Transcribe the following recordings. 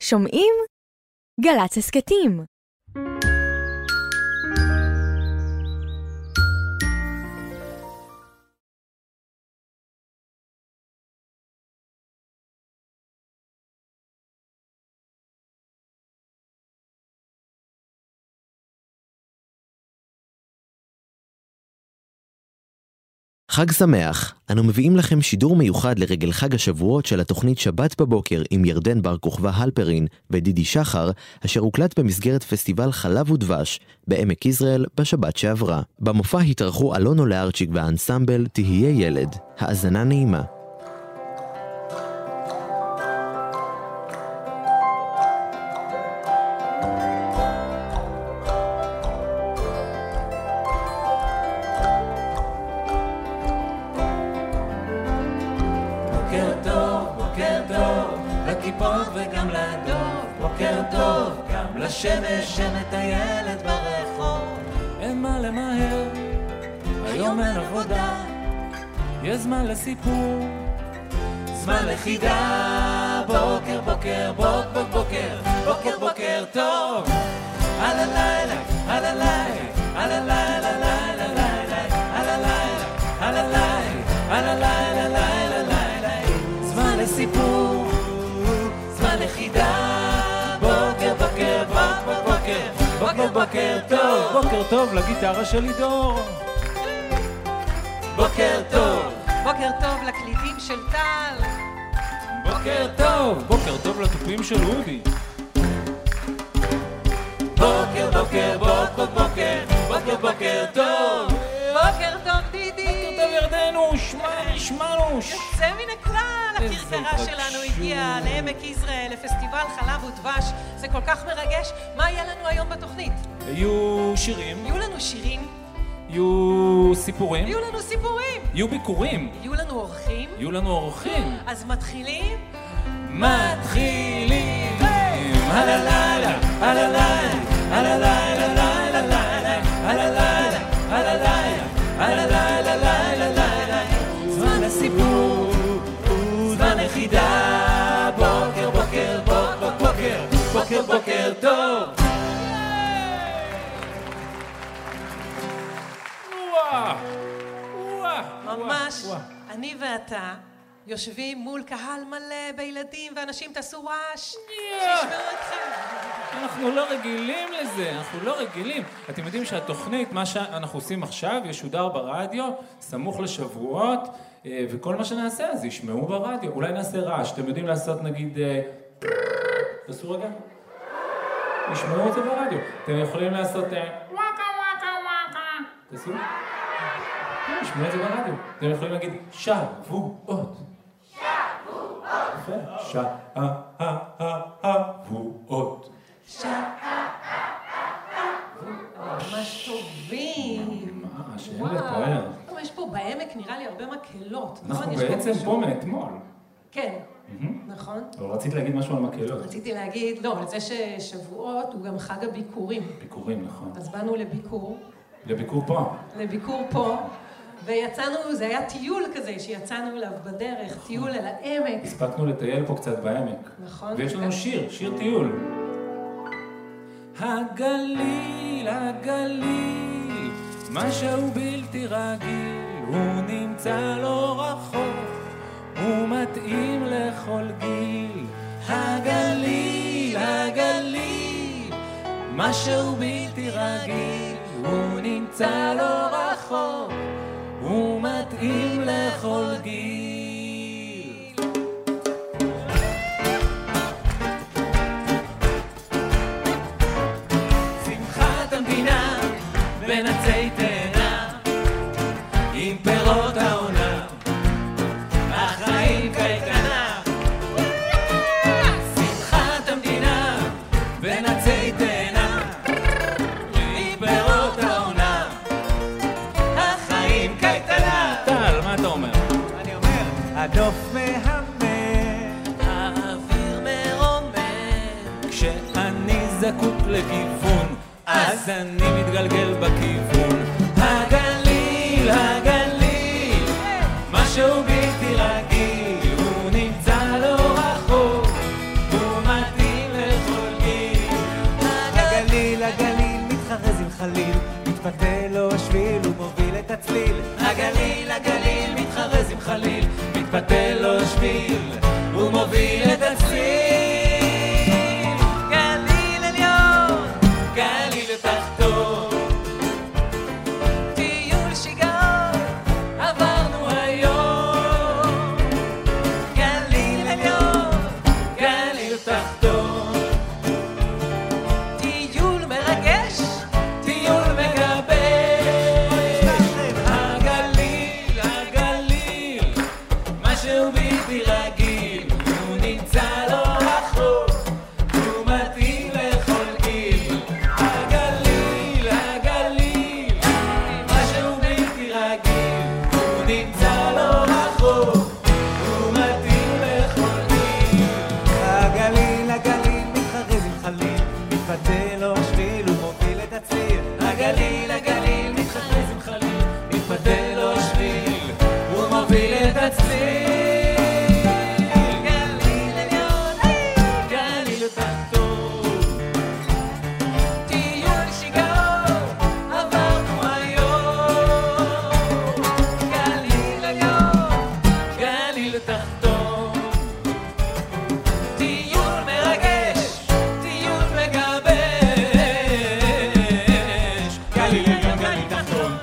שומעים? גל"צ הסכתים. חג שמח, אנו מביאים לכם שידור מיוחד לרגל חג השבועות של התוכנית שבת בבוקר עם ירדן בר כוכבא הלפרין ודידי שחר, אשר הוקלט במסגרת פסטיבל חלב ודבש בעמק יזרעאל בשבת שעברה. במופע התארחו אלונו לארצ'יק והאנסמבל תהיה ילד. האזנה נעימה. לשמש שמטיילת ברחוב, אין מה למהר, היום אין עבודה, יש זמן לסיפור, זמן לחידה. בוקר בוקר בוקר בוקר בוקר בוקר טוב, על הלילה על הלילה על הלילה לילה לילה על הלילה על הלילה על הלילה לילה לילה, זמן לסיפור, זמן לחידה. בוקר טוב, בוקר טוב לגיטרה של לידור. בוקר טוב, בוקר טוב לקלידים של טל. בוקר טוב, בוקר טוב לתופים של אודי. בוקר בוקר בוקר בוקר בוקר בוקר טוב. בוקר טוב דידי. בוקר טוב ירדנוש, שמנוש. יוצא מן הכלל, הכרכרה שלנו הגיעה לעמק יזרעאל לפסטיבל חלב ודבש. זה כל כך מרגש. מה יהיה לנו היום בתוכנית? יהיו שירים. יהיו לנו שירים. יהיו סיפורים. יהיו לנו סיפורים. יהיו ביקורים. יהיו לנו אורחים. יהיו לנו אורחים. אז מתחילים? מתחילים. על הלילה, על הלילה, על הלילה, לילה, לילה, על הלילה, על הלילה, על הלילה, לילה, לילה, זמן הסיפור, זמן יחידה. בוקר, בוקר, בוקר, בוקר, בוקר, בוקר טוב. ממש, אני ואתה יושבים מול קהל מלא בילדים ואנשים, תעשו רעש, שישמעו אתכם. אנחנו לא רגילים לזה, אנחנו לא רגילים. אתם יודעים שהתוכנית, מה שאנחנו עושים עכשיו, ישודר ברדיו, סמוך לשבועות, וכל מה שנעשה, אז ישמעו ברדיו. אולי נעשה רעש, אתם יודעים לעשות נגיד... תעשו רגע. ישמעו את זה ברדיו. אתם יכולים לעשות... וואקה וואקה וואקה. תעשו? ישמעו את זה ברדיו. אתם יכולים להגיד שבועות. שבועות. שבועות. ממש טובים. ממש, אין לתאר. יש פה בעמק נראה לי הרבה מקהלות. אנחנו בעצם פה מאתמול. כן, נכון. אבל רצית להגיד משהו על מקהלות. רציתי להגיד, לא, על זה ששבועות הוא גם חג הביקורים. ביקורים, נכון. אז באנו לביקור. לביקור פה. לביקור פה. ויצאנו, זה היה טיול כזה שיצאנו אליו בדרך, טיול אל העמק. הספקנו לטייל פה קצת בעמק. נכון. ויש לנו שיר טיול. הגליל, הגליל, משהו בלתי רגיל, הוא נמצא לא רחוק, הוא מתאים לכל גיל. הגליל, הגליל, משהו בלתי רגיל, הוא נמצא לא רחוק, הוא מתאים לכל גיל. שמחת המדינה בין עצי תאנה, עם פירות העונה, החיים קייטנה. שמחת המדינה בין עצי תאנה, עם פירות העונה, החיים קייטנה. טל, מה אתה אומר? אני אומר, הדוף מהמם, האוויר מרומם, כשאני זקוק לכיוון, אז אני מתגלגל בכיוון. הגליל, הגליל, משהו בלתי רגיל, הוא נמצא לא רחוק, הוא מתאים חליל, מתפתה לו השביל ומוביל את הצליל. הגליל, הגליל, מתחרז עם חליל, מתפתה לו שביל ומוביל את הצליל. גליל עליון, גליל תחתון, טיול שיגעון, עברנו היום. גליל עליון, גליל תחתון, טיול מרגש, טיול מגבש. הגליל, הגליל, משהו בלתי רגיל, הוא נמצא לא רחוק, הוא מתאים לכל גיל. הגליל, הגליל, משהו בלתי רגיל, הוא נמצא לא רחוק, הוא מתאים לכל גיל. הגליל, הגליל, מתחרז עם חליל, מתפתה לו השביל ומוביל את הצליל. הגליל, הגליל, מתחרז עם חליל, מתפתה לו שביל, הוא מוביל את הצליל. גליל עליון, גליל תחתון, טיול שיגעון, עברנו היום. גליל עליון, גליל תחתון, טיול מרגש, טיול מגבש. גליל עליון, גליל תחתון.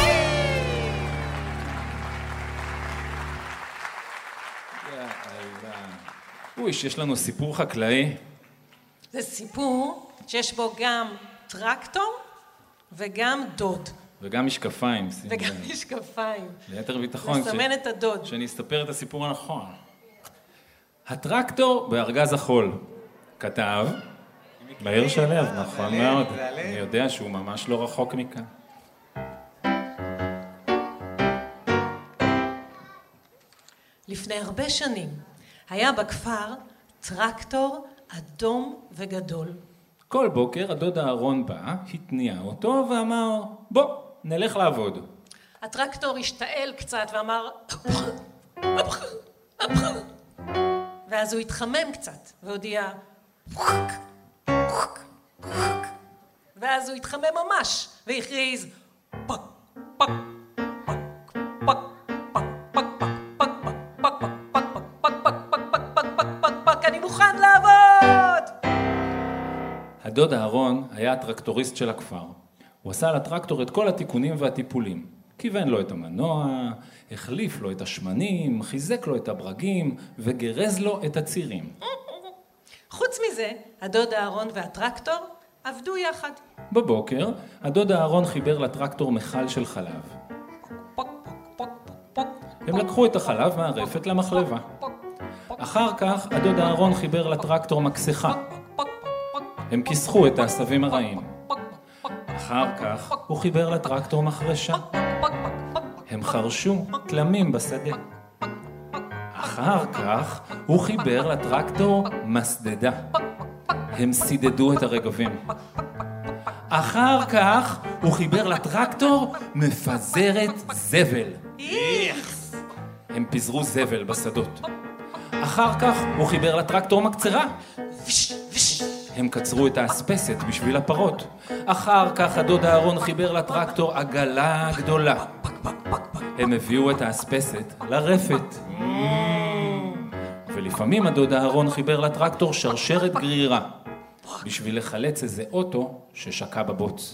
אוי, שיש לנו סיפור חקלאי. זה סיפור שיש בו גם טרקטור וגם דוד, וגם משקפיים, שימו וגם לב. משקפיים. ליתר ביטחון, מסמן את הדוד. שאני אספר את הסיפור הנכון. הטרקטור בארגז החול. כתב, מאיר שלו, נכון מאוד. אני יודע שהוא ממש לא רחוק מכאן. לפני הרבה שנים היה בכפר טרקטור אדום וגדול. כל בוקר הדוד אהרון בא, התניע אותו ואמר, בוא, נלך לעבוד. הטרקטור השתעל קצת ואמר ואז הוא התחמם קצת והודיע ואז הוא התחמם ממש והכריז פק פק פק פק פק פק פק פק אני מוכן לעבוד. הדוד אהרון היה הטרקטוריסט של הכפר. הוא עשה לטרקטור את כל התיקונים והטיפולים. כיוון לו את המנוע, החליף לו את השמנים, חיזק לו את הברגים וגרז לו את הצירים. חוץ מזה, הדוד אהרון והטרקטור עבדו יחד. בבוקר, הדוד אהרון חיבר לטרקטור מכל של חלב. פוק פוק פוק פוק. הם לקחו את החלב מהרפת למחלבה. אחר כך, הדוד אהרון חיבר לטרקטור מקסחה. הם כיסחו את העשבים הרעים. אחר כך, הוא חיבר לטרקטור מחרשה. הם חרשו תלמים בשדה. אחר כך, הוא חיבר לטרקטור מסדדה. הם סידדו את הרגבים. אחר כך, הוא חיבר לטרקטור מפזרת זבל. הם פיזרו זבל בשדות. אחר כך, הוא חיבר לטרקטור מקצרה. הם קצרו את האספסת בשביל הפרות. אחר כך הדוד אהרון חיבר לטרקטור עגלה גדולה. הם הביאו את האספסת לרפת. ולפעמים הדוד אהרון חיבר לטרקטור שרשרת גרירה, בשביל לחלץ איזה אוטו ששקע בבוץ.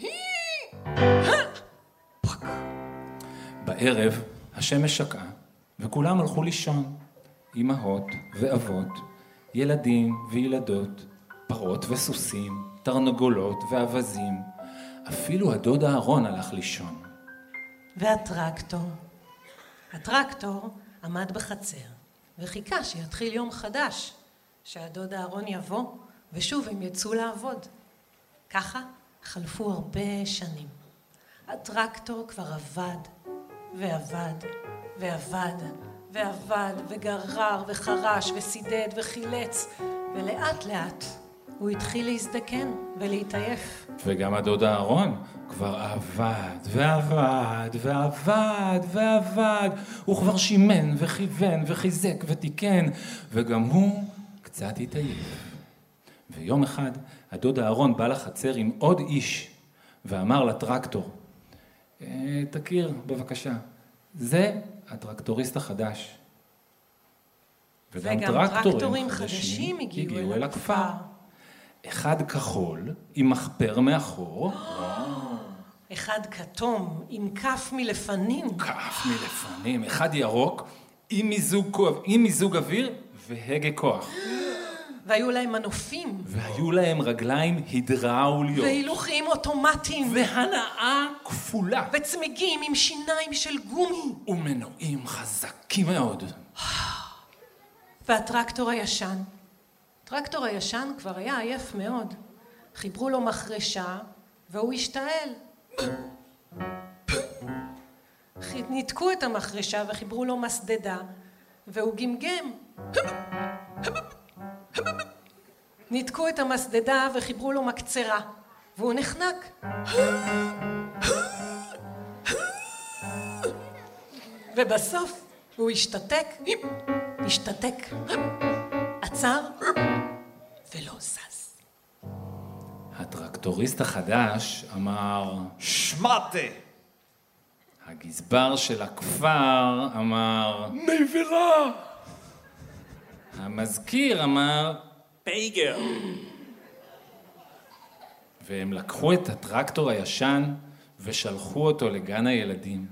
בערב השמש שקעה, וכולם הלכו לישון. אמהות ואבות, ילדים וילדות, פרות וסוסים, תרנגולות ואבזים. אפילו הדוד אהרון הלך לישון. והטרקטור? הטרקטור עמד בחצר וחיכה שיתחיל יום חדש, שהדוד אהרון יבוא ושוב הם יצאו לעבוד. ככה חלפו הרבה שנים. הטרקטור כבר עבד ועבד ועבד ועבד וגרר וחרש וסידד וחילץ, ולאט לאט הוא התחיל להזדקן ולהתעייף. וגם הדוד אהרון כבר עבד ועבד ועבד ועבד. הוא כבר שימן וכיוון וחיזק ותיקן, וגם הוא קצת התעייף. ויום אחד הדוד אהרון בא לחצר עם עוד איש, ואמר לטרקטור, תכיר בבקשה, זה הטרקטוריסט החדש. וגם טרקטורים חדשים הגיעו אל הכפר. אחד כחול עם מחפר מאחור. אחד כתום עם כף מלפנים. כף מלפנים. אחד ירוק עם מיזוג אוויר והגה כוח. והיו להם מנופים. והיו להם רגליים הידראוליות. והילוכים אוטומטיים. והנאה כפולה. וצמיגים עם שיניים של גומי. ומנועים חזקים מאוד. והטרקטור הישן. הטרקטור הישן כבר היה עייף מאוד. חיברו לו מחרשה והוא השתעל. ניתקו את המחרשה וחיברו לו מסדדה והוא גמגם. ניתקו את המסדדה וחיברו לו מקצרה והוא נחנק. ובסוף הוא השתתק, עצר ולא זז. הטרקטוריסט החדש אמר, שמעתה! הגזבר של הכפר אמר, נבלה! המזכיר אמר, פייגר! והם לקחו את הטרקטור הישן ושלחו אותו לגן הילדים.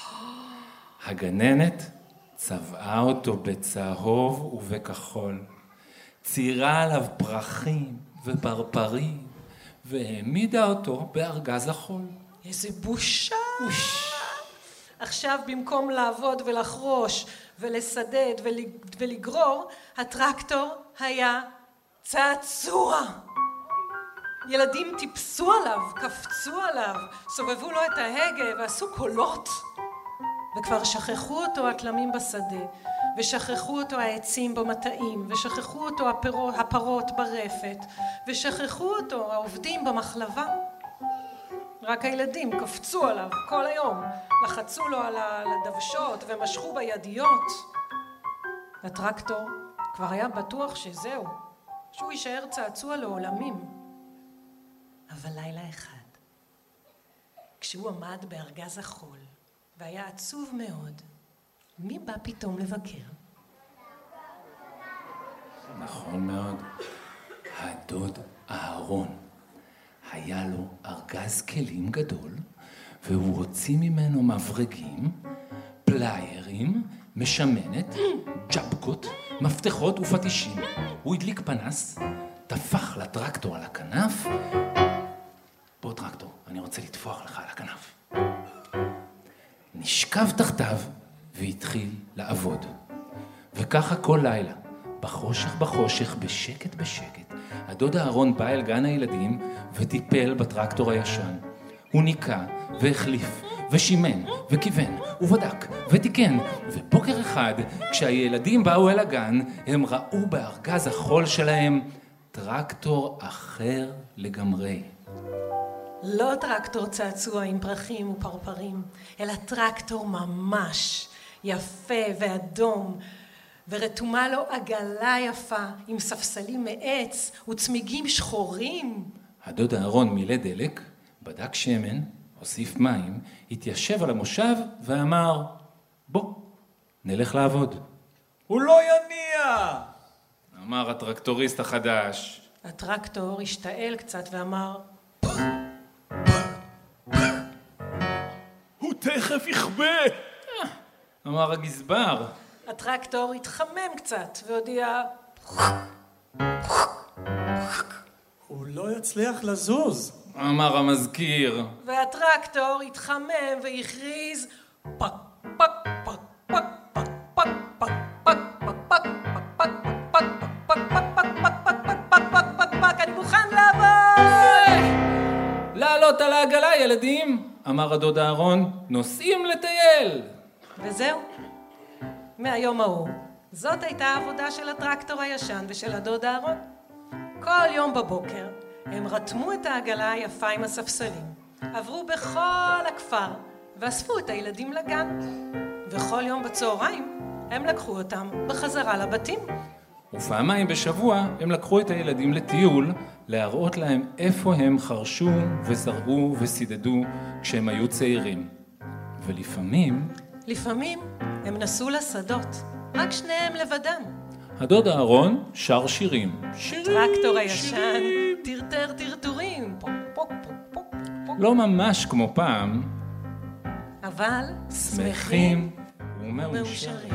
הגננת צבעה אותו בצהוב ובכחול, ציירה עליו פרחים ופרפרים, והעמידה אותו בארגז החול. איזה בושה! עכשיו במקום לעבוד ולחרוש ולסדד ולגרור, הטרקטור היה צעצוע. ילדים טיפסו עליו, קפצו עליו, סובבו לו את ההגה ועשו קולות. וכבר שכחו אותו התלמים בשדה, ושכחו אותו העצים במטעים, ושכחו אותו הפרות ברפת, ושכחו אותו העובדים במחלבה. רק הילדים קפצו עליו כל היום, לחצו לו על הדוושות ומשכו בידיות. הטרקטור כבר היה בטוח שזהו, שהוא יישאר צעצוע לעולמים. אבל לילה אחד, כשהוא עמד בארגז החול, והיה עצוב מאוד, מי בא פתאום לבקר? נכון מאוד. הדוד אהרון. היה לו ארגז כלים גדול, והוא הוציא ממנו מברגים, פליירים, משמנת, ג'אבקות, מפתחות ופטישים. הוא הדליק פנס, טפח לטרקטור על הכנף. בוא טרקטור, אני רוצה לטפוח לך על הכנף. נשכב תחתיו והתחיל לעבוד. וככה כל לילה, בחושך, בשקט, הדוד אהרון בא אל גן הילדים וטיפל בטרקטור הישן. הוא ניקה והחליף ושימן וכיוון ובדק ותיקן. ובוקר אחד, כשהילדים באו אל הגן, הם ראו בארגז החול שלהם טרקטור אחר לגמרי. לא טרקטור צעצוע עם פרחים ופרפרים, אלא טרקטור ממש יפה ואדום, ורתומה לו עגלה יפה עם ספסלים מעץ וצמיגים שחורים. הדוד אהרון מילא דלק, בדק שמן, הוסיף מים, התיישב על המושב ואמר, בוא, נלך לעבוד. הוא לא יניע! אמר הטרקטוריסט החדש. הטרקטור השתעל קצת ואמר, הוא תכף יכבה! אמר הגזבר. הטרקטור התחמם קצת והודיע, הוא לא יצליח לזוז. אמר המזכיר. והטרקטור התחמם והכריז, פק פק פק פק פק פק פק פק פק פק פק, אני מוכן לעבוד! לעלות על העגלה ילדים, אמר הדוד אהרון, נוסעים לטייל. וזהו, מהיום ההוא, זאת הייתה העבודה של הטרקטור הישן ושל הדוד אהרון. כל יום בבוקר הם רתמו את העגלה היפה עם הספסלים, עברו בכל הכפר ואספו את הילדים לגן, וכל יום בצהריים הם לקחו אותם בחזרה לבתים. ופעמיים בשבוע הם לקחו את הילדים לטיול, להראות להם איפה הם חרשו וזרעו וסידדו כשהם היו צעירים. ולפעמים הם נסעו לשדות, רק שניהם לבדם. הדוד אהרון שר שירים. טרקטור הישן, טרטר טרטורים, פוק פוק פוק פוק פוק. לא ממש כמו פעם, אבל שמחים ומאושרים.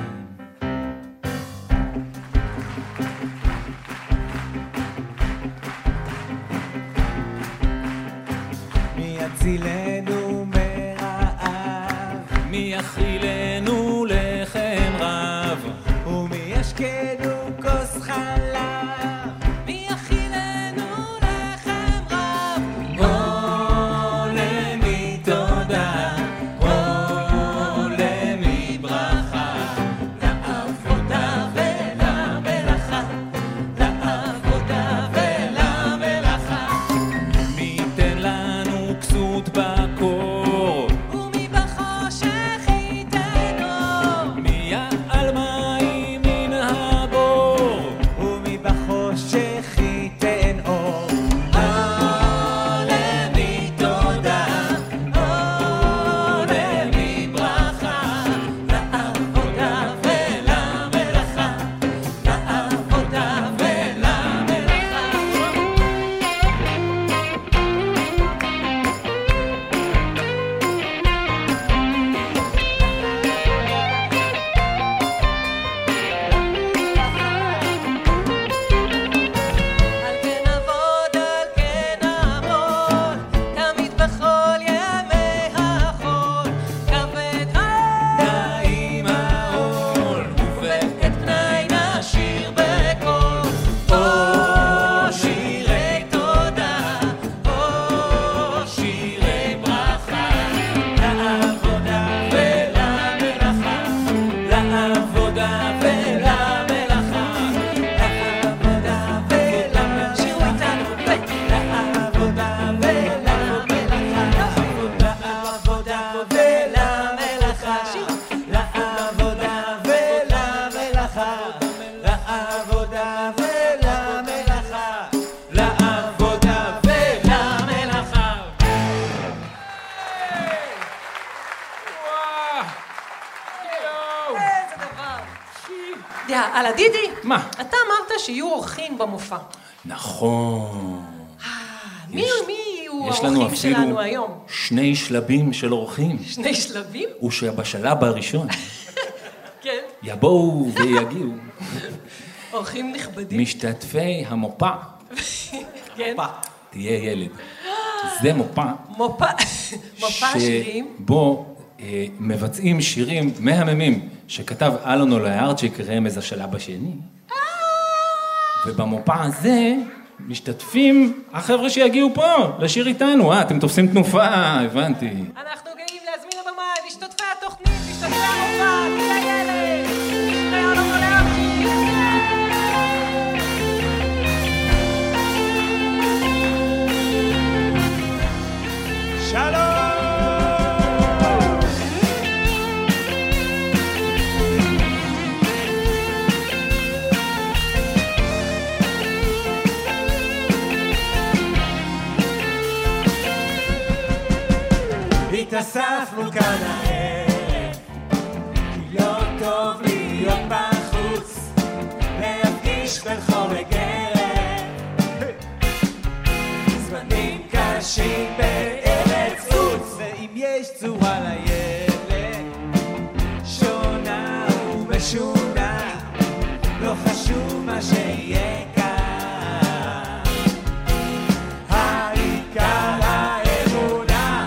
מי יצילנו מרעב? מי יכילנו לחם רב? ומי ישקנו כוס חלב? מי יכילנו לחם רב? או למי תודה, או למי ברכה, לעבודה ולמלאכה, לעבודה ולמלאכה. מי ייתן לנו כסות בקור, ומי בחושך ייתן אור. מי יעל מים מן הבור, ומי בחושך ייתן אור? או למי תודה, או למי ברכה, לעבודה ולמלאכה, לעבודה ולמלאכה. על כן נעבוד, על כן נעמוד, תמיד בכל ימי החול. כבד נעים העול, ואת פנאי נשיר בקול. או שירי תודה, או שירי ברכה, לעבודה ולמלאכה, לעבודה ולמלאכה, לעבודה ולמלאכה, שירו איתנו, לעבודה ולמלאכה, לעבודה ולמלאכה, לעבודה ולמלאכה, לעבודה ולמלאכה, לעבודה ולמלאכה. וואו, יואו. איזה דבר. יאללה, דידי. מה? אתה אמרת שיהיו אורחים במופע. נכון. מי יהיו יש לנו האורחים אפילו שלנו היום? 2 שלבים של אורחים. 2 שלבים? ושבשלב הראשון כן. יבואו ויגיעו אורחים נכבדים. משתתפי המופע. כן. תהיה ילד. זה מופע מופע שירים. שבו מבצעים שירים מהממים שכתב אלון אוליירצ'יק, רמז השלב השני. ובמופע הזה משתתפים החבר'ה שיגיעו פה לשיר איתנו. אתם תופסים תנופה, הבנתי. אנחנו גאים להזמין לבמה את משתתפי התוכנית, משתתפי המופע, תהיה ילד. תהיה אלון אוליירצ'יק. שלום! התאספנו כאן הערב, כי לא טוב להיות בחוץ, להפגיש בין חור לגרב. זמנים קשים בארץ חוץ, ואם יש צורה לילד, שונה ומשונה, לא חשוב מה שיהיה כאן. העיקר האמונה,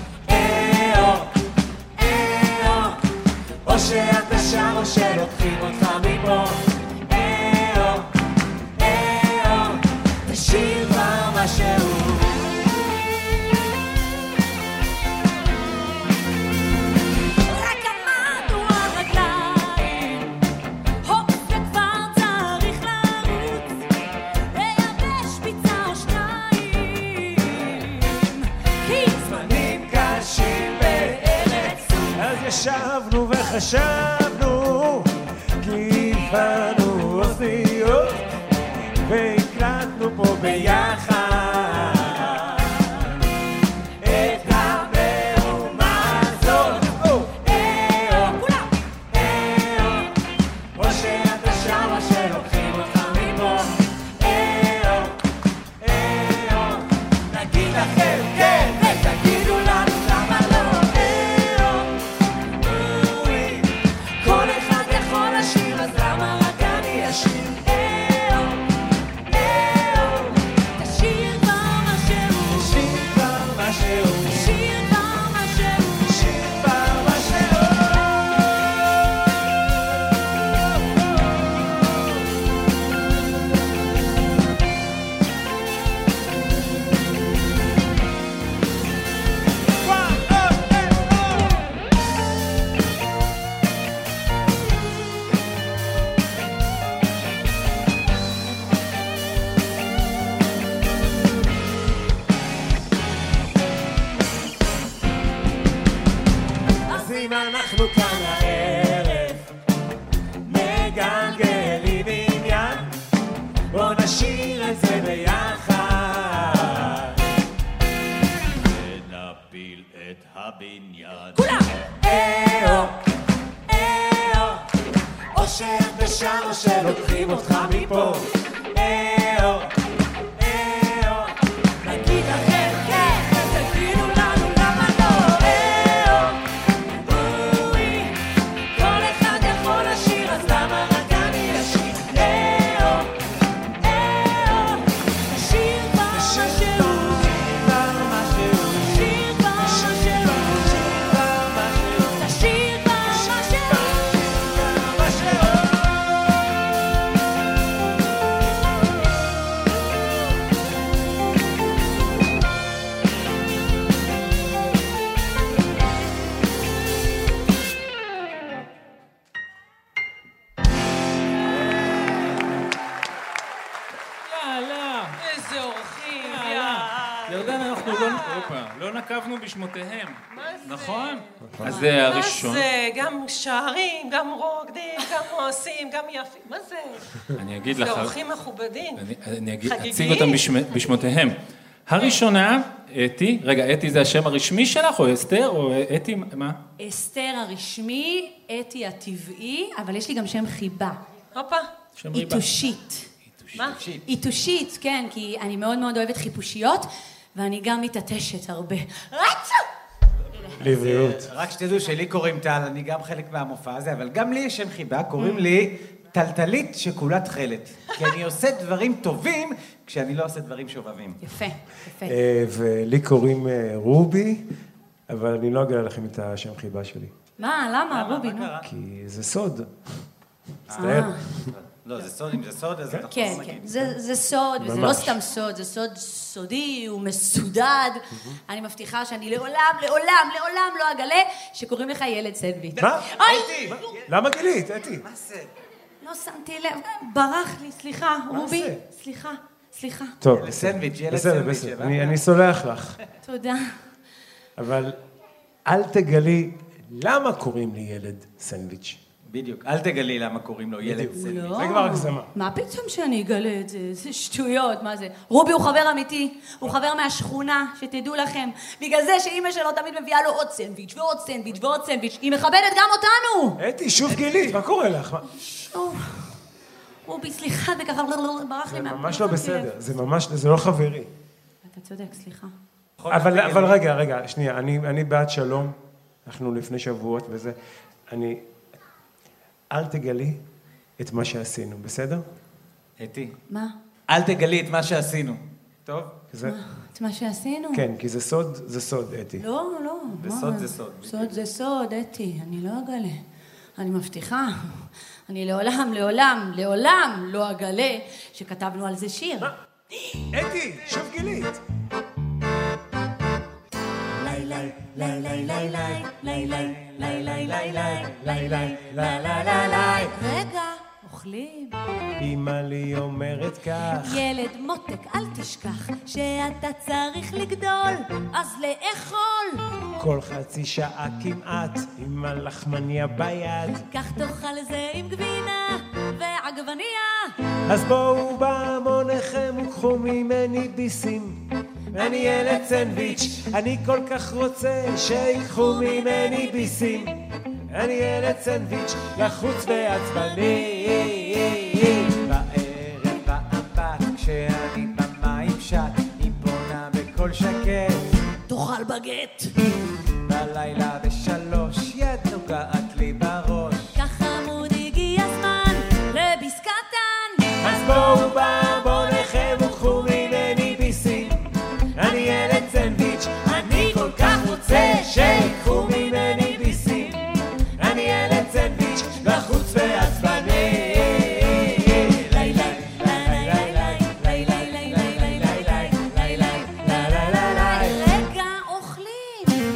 או שאתה שם או שלוקחים אותך מפה. תשאיר כבר משהו. רק עמדו הרגליים, הופ וכבר צריך לרוץ, לייבש פיצה או 2, כי זמנים קשים בארץ חוץ. אז ישבנו וחשבנו, כי הבנו אוזניות ביחד את המהומה הזאת. כולם! או שאתה שם או שלוקחים אותך מפה. נגיד לכם כן ותגידו לנו למה לא. כל אחד יכול לשיר אז למה רק אני אשיר. תשאיר כבר משהו, שיר כבר משהו, תשאיר כבר משהו. שיר כבר משהו. אז אם אנחנו כאן הערב מגלגלים עניין, בוא נשאיר את זה ביחד ונפיל את הבניין. כולם! או שאתה שם או שלוקחים אותך מפה. נגיד לכם כן ותגידו לנו למה לא. כל אחד יכול לשיר אז למה רק אני אשיר. תשאיר כבר משהו, תשאיר כבר משהו. תשאיר כבר משהו. יאללה. איזה אורחים, יאללה. ירדן, אנחנו לא נקבנו בשמותיהם. נכון? אז זה מה הראשון. זה? גם שרים, גם רוקדים, גם עושים, גם יפים. מה זה? אני אגיד זה לך... אורחים מכובדים. אני חגיגיים. אציג אותם בשמותיהם. הראשונה, אתי. רגע, אתי זה השם הרשמי שלך, או אסתר, או אתי, מה? אסתר הרשמי, אתי הטבעי, אבל יש לי גם שם חיבה. הופה. שם ריבה. איתושית. מה? איתושית, כן, כי אני מאוד מאוד אוהבת חיפושיות, ואני גם מתעטשת הרבה. רצה! לבריאות. רק שתדעו שלי קוראים טל, אני גם חלק מהמופע הזה, אבל גם לי יש שם חיבה, קוראים לי טלטלית שכולה תכלת. כי אני עושה דברים טובים כשאני לא עושה דברים שובבים. יפה, יפה. ולי קוראים רובי, אבל אני לא אגלה לכם את השם חיבה שלי. מה, למה, רובי? נו. כי זה סוד. מצטער. לא, זה סוד, אם זה סוד, אז אנחנו כן, לא כן, נגיד. זה סוד, וזה לא ממש. סתם סוד, זה סוד סודי ומסודד. אני מבטיחה שאני לעולם, לעולם, לעולם לא אגלה שקוראים לך ילד סנדוויץ'. מה? אוי, למה גילית, אתי? מה זה? לא שמתי לב, ברח לי, סליחה, רובי, זה? סליחה, סליחה, טוב, ילד סנדוויץ', ילד בסדר, סנדוויץ', בסדר. הבנת? אני סולח לך, תודה. אבל אל תגלי למה קוראים לי ילד סנדוויץ'. בדיוק, אל תגלי למה קוראים לו ילד סנדוויץ'. לא. זה כבר הגזמה. מה פתאום שאני אגלה את זה? זה שטויות, מה זה? רובי הוא חבר אמיתי, הוא חבר מהשכונה, שתדעו לכם. בגלל זה שאימא שלו תמיד מביאה לו עוד סנדוויץ' ועוד סנדוויץ' ועוד סנדוויץ'. היא מכבדת גם אותנו! אתי, שוב גילית, מה קורה לך? מה? רובי, סליחה, זה ככה ברח לי זה מה... ממש לא בסדר, זה לא חברי. אתה צודק, סליחה. אבל רגע, שנייה, אני בעד שלום, אנחנו לפני שבועות וזה, אל תגלי את מה שעשינו, בסדר? אתי, מה? אל תגלי את מה שעשינו. טוב? את מה שעשינו? כן, כי זה סוד, אתי. לא. וסוד מה? זה סוד. סוד זה סוד, אתי, אני לא אגלה. אני מבטיחה. אני לעולם לא אגלה שכתבנו על זה שיר. אתי, שוב גילית. רגע, אוכלים. אמא לי אומרת כך. ילד מותק, אל תשכח שאתה צריך לגדול, אז לאכול. כל חצי שעה כמעט, עם הלחמניה ביד. כך תאכל זה עם גבינה ועגבניה. אז בואו בהמוניכם וקחו קחו ממני ביסים, אני ילד סנדוויץ', אני כל כך רוצה שיקחו ממני ביסים, אני ילד סנדוויץ', לחוץ ועצבני. בערב באמבט כשאני במים שט, היא פונה בקול שקט, תאכל בגט. בלילה ב3 יד נוגעת לי בראש, ככה חמוד הגיע הזמן לביס קטן. אז בואו בעוונכם וקחו ממני ביסים, אני ילד סנדוויץ', אני כל כך רוצה שיקחו ממני ביסים, אני ילד סנדוויץ', לחוץ ועצבני. רגע אוכלים.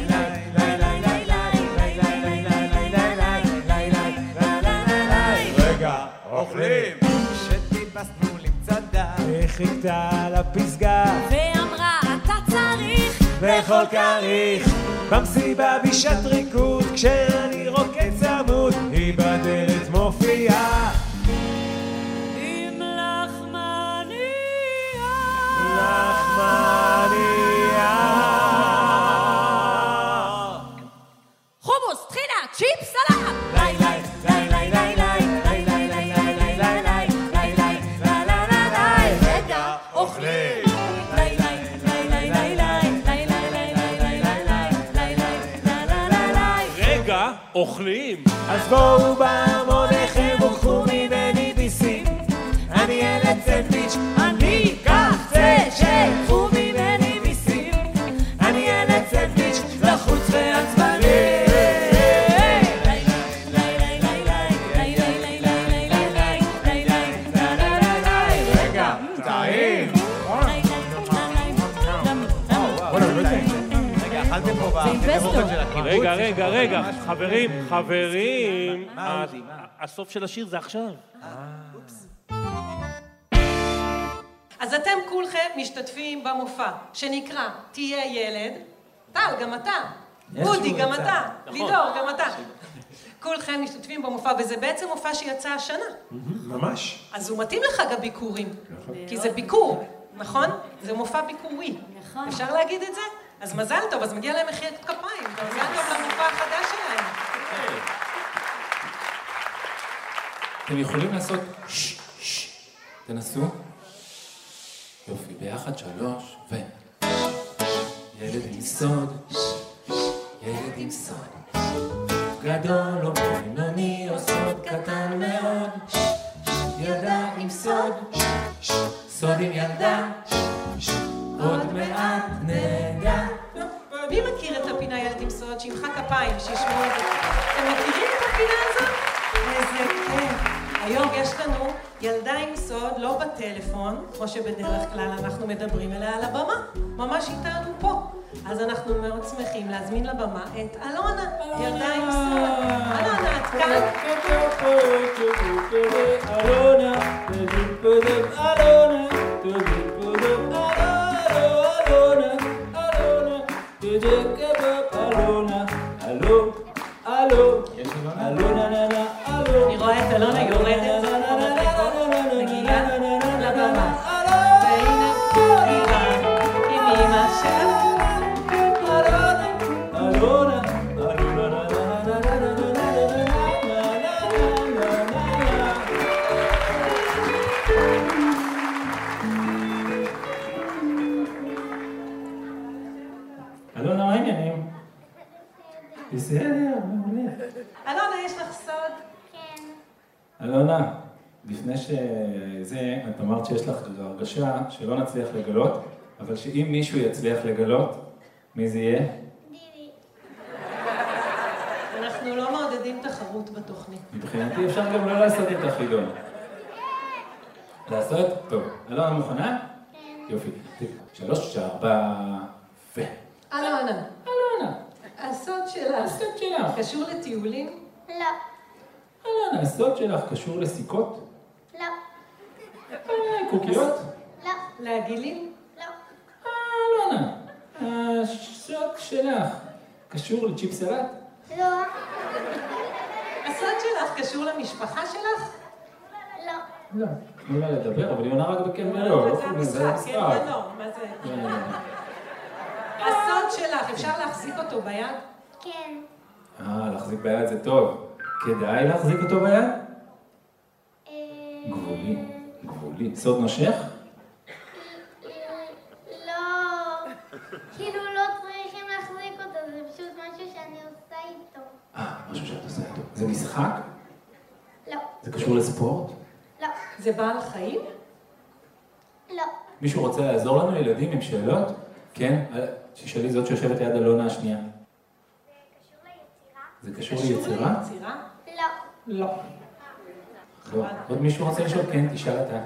רגע אוכלים. שטיפסנו למצדה וחיכתה על הפסגה ואמרה אתה צריך לאכול כריך, במסיבה בשעת ריקוד כשאני רוקד צמוד, היא בדלת מופיעה עם לחמניה. חומוס, טחינה, צ'יפס, סלט. רגע אוכלים. רגע, אוכלים. אז בואו בהמוניכם וקחו ממני ביסים, אני ילד סנדוויץ', אני כך זה שיקחו ממני ביסים, אני ילד סנדוויץ', לחוץ ועצבני. רגע, טעים. רגע, אכלתם פה ברובד של הקיבוץ? רגע, חברים, הסוף של השיר זה עכשיו. אז אתם כולכם משתתפים במופע שנקרא תהיה ילד. טל, גם אתה. אודי, גם אתה. לידור, גם אתה. כולכם משתתפים במופע, וזה בעצם מופע שיצא השנה. ממש. אז הוא מתאים לחג הביקורים, כי זה ביקור, נכון? זה מופע ביקורי. נכון. אפשר להגיד את זה? אז מזל טוב, אז מגיע להם מחיאות כפיים. מזל טוב למופע החדש שלהם. אתם יכולים לעשות תנסו. יופי, ביחד 3 ו... ילד עם סוד, ילד עם סוד, גדול או בינוני או סוד קטן מאוד, ילדה עם סוד, סוד עם ילדה, עוד מעט נדע. מי מכיר את הפינה ילד עם סוד? שימחא כפיים, שישמעו את זה. אתם מכירים את הפינה הזאת? איזה כיף. היום יש לנו ילדה עם סוד, לא בטלפון, כמו שבדרך כלל אנחנו מדברים אליה על הבמה, ממש איתנו פה. אז אנחנו מאוד שמחים להזמין לבמה את אלונה, ילדה עם סוד. אלונה, את כאן? אני רואה את אלונה יורדת, מגיעה לבמה. והנה היא באה עם אמא שלה. אלונה, מה העניינים? בסדר, מעולה. אלונה, יש לך סוד? אלונה, לפני שזה, את אמרת שיש לך הרגשה שלא נצליח לגלות, אבל שאם מישהו יצליח לגלות, מי זה יהיה? דידי. אנחנו לא מעודדים תחרות בתוכנית. מבחינתי אפשר גם לא לעשות את החידון. לעשות? טוב. אלונה מוכנה? כן. יופי. 3, 4 ו... אלונה, אלונה, הסוד שלך הסוד שלך. קשור לטיולים? לא. אלונה, הסוד שלך קשור לסיכות? לא. קוקיות? לא. לעגילים? לא. אלונה, הסוד שלך קשור לצ'יפ סלט? לא. הסוד שלך קשור למשפחה שלך? לא. לא. תנו לה לדבר, אבל היא עונה רק בכן ולא. זה המשחק, כן ולא, מה זה? הסוד שלך, אפשר להחזיק אותו ביד? כן. להחזיק ביד זה טוב. כדאי להחזיק אותו ביד? גבולי, גבולי. סוד נושך? לא, כאילו לא צריכים להחזיק אותו, זה פשוט משהו שאני עושה איתו. משהו שאת עושה איתו. זה משחק? לא. זה קשור לספורט? לא. זה בעל חיים? לא. מישהו רוצה לעזור לנו, ילדים, עם שאלות? כן? תשאלי זאת שיושבת ליד אלונה השנייה. זה קשור ליצירה? לא. לא. לא. עוד מישהו רוצה לשאול? כן, תשאל אתה.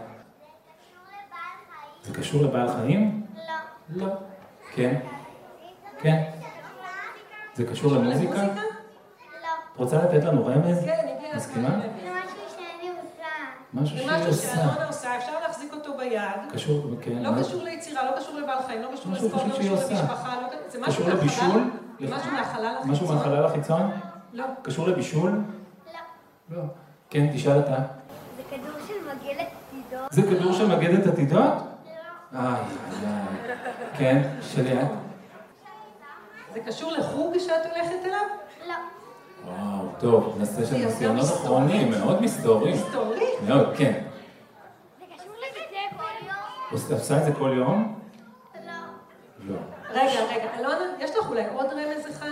זה קשור לבעל חיים? לא. לא. כן? כן. זה קשור למוזיקה? לא. רוצה לתת לנו רמז? כן, הגיע. מסכימה? זה משהו שאני עושה. משהו זה שהיא משהו עושה. שאלונה עושה, אפשר להחזיק אותו ביד. קשור, כן. לא קשור ליצירה, לא קשור לבעל חיים, לא קשור משהו לספורט, לא פשוט שהיא קשור עושה. למשפחה, זה משהו קשור לבישול? משהו מהחלל החיצון? משהו מהחלל החיצון? לא. קשור לבישול? לא. לא. כן, תשאל אתה. זה כדור של מגלת עתידות. זה כדור שמגד את עתידות? לא. כן, שלי את? זה קשור לחוג שאת הולכת אליו? לא. וואו, טוב, נעשה שם ניסיונות אחרונים, מאוד מסתורי. מסתורי? מאוד, כן. זה קשור לזה כל יום? עושה את זה כל יום? לא. לא. רגע, אלונה, יש לך אולי עוד רמז אחד?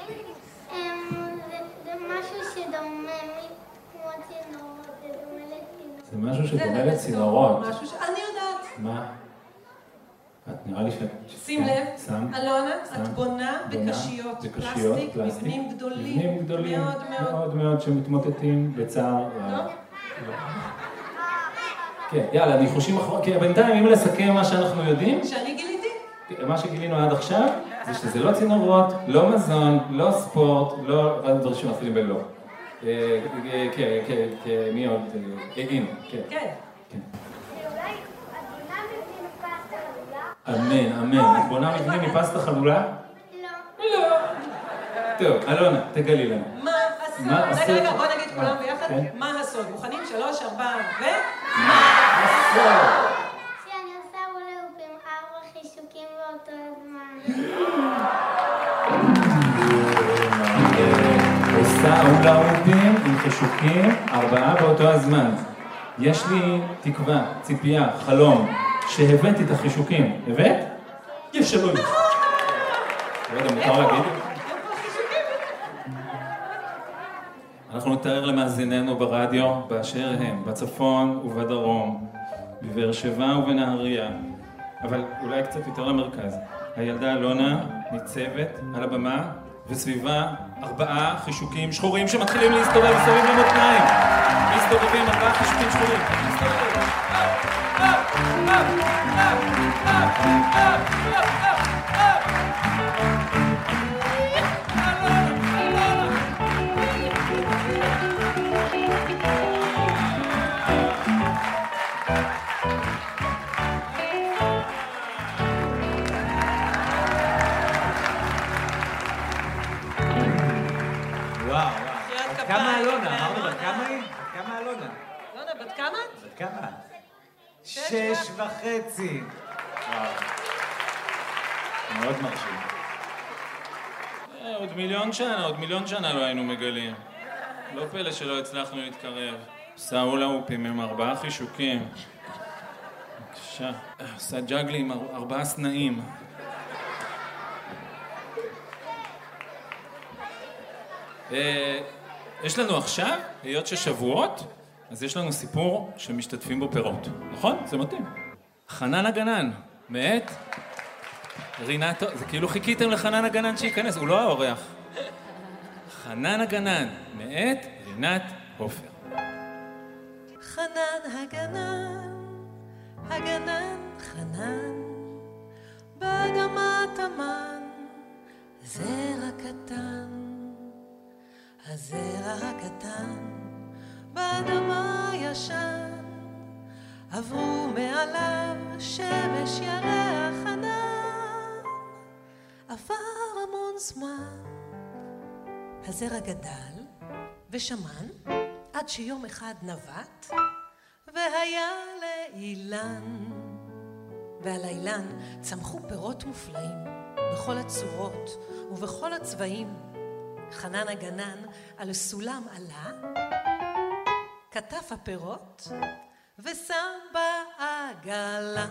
זה משהו שדומה כמו צינורות, זה דומה לצינורות. זה משהו שדומה לצינורות. משהו שאני יודעת. מה? את נראה לי שים לב, אלונה, את בונה בקשיות פלסטיק, מבנים גדולים, מאוד מאוד. מאוד מאוד שמתמוטטים בצער. לא? כן, יאללה, ניחושים אחרונים. כן, בינתיים, אם לסכם מה שאנחנו יודעים, שאני גיליתי? מה שגילינו עד עכשיו, זה שזה לא צינורות, לא מזון, לא ספורט, לא... דברים שמתחילים בלא. מי עוד? הנה, כן. כן. ואולי את בונה מבנים מפסטה חלולה? אמן, אמן. את בונה מבנים מפסטה חלולה? לא. טוב, אלונה, תגלי לנו. מה הסוד? רגע, בוא נגיד כולם ביחד. מה הסוד? מוכנים? 3, 4, מה הסוד? שאני עושה אולאופים 4 חישוקים באותו הזמן. עושה אולאופים עם חישוקים 4 באותו הזמן. יש לי תקווה, ציפייה, חלום, שהבאתי את החישוקים. הבאת? יש שלוי. רגע, מותר להגיד? אנחנו נתאר למאזיננו ברדיו באשר הם, בצפון ובדרום, בבאר שבע ובנהריה, אבל אולי קצת יותר למרכז. הילדה אלונה ניצבת על הבמה, וסביבה 4 חישוקים שחורים שמתחילים להסתובב סביב למותניים. מסתובבים 4 חישוקים שחורים. כמה אלונה? אמרנו בת כמה היא? כמה אלונה? אלונה, בת כמה? בת כמה? 6.5. מאוד מרשים. עוד מיליון שנה לא היינו מגלים. לא פלא שלא הצלחנו להתקרב. עושה אולאופים עם 4 חישוקים. בבקשה. עושה ג'אגלי עם 4 סנאים. יש לנו עכשיו, היות ששבועות, אז יש לנו סיפור שמשתתפים בו פירות. נכון? זה מתאים. חנן הגנן, מאת רינת... זה כאילו חיכיתם לחנן הגנן שייכנס, הוא לא האורח. חנן הגנן, מאת רינת עופר. חנן הגנן, הגנן חנן, באדמת המן, זרע קטן. הזרע הקטן באדמה ישן, עברו מעליו שמש ירח ענן, עבר המון זמן. הזרע גדל ושמן עד שיום אחד נבט והיה לאילן. ועל האילן צמחו פירות מופלאים, בכל הצורות ובכל הצבעים. חנן הגנן על סולם עלה, כתף הפירות ושם בעגלה.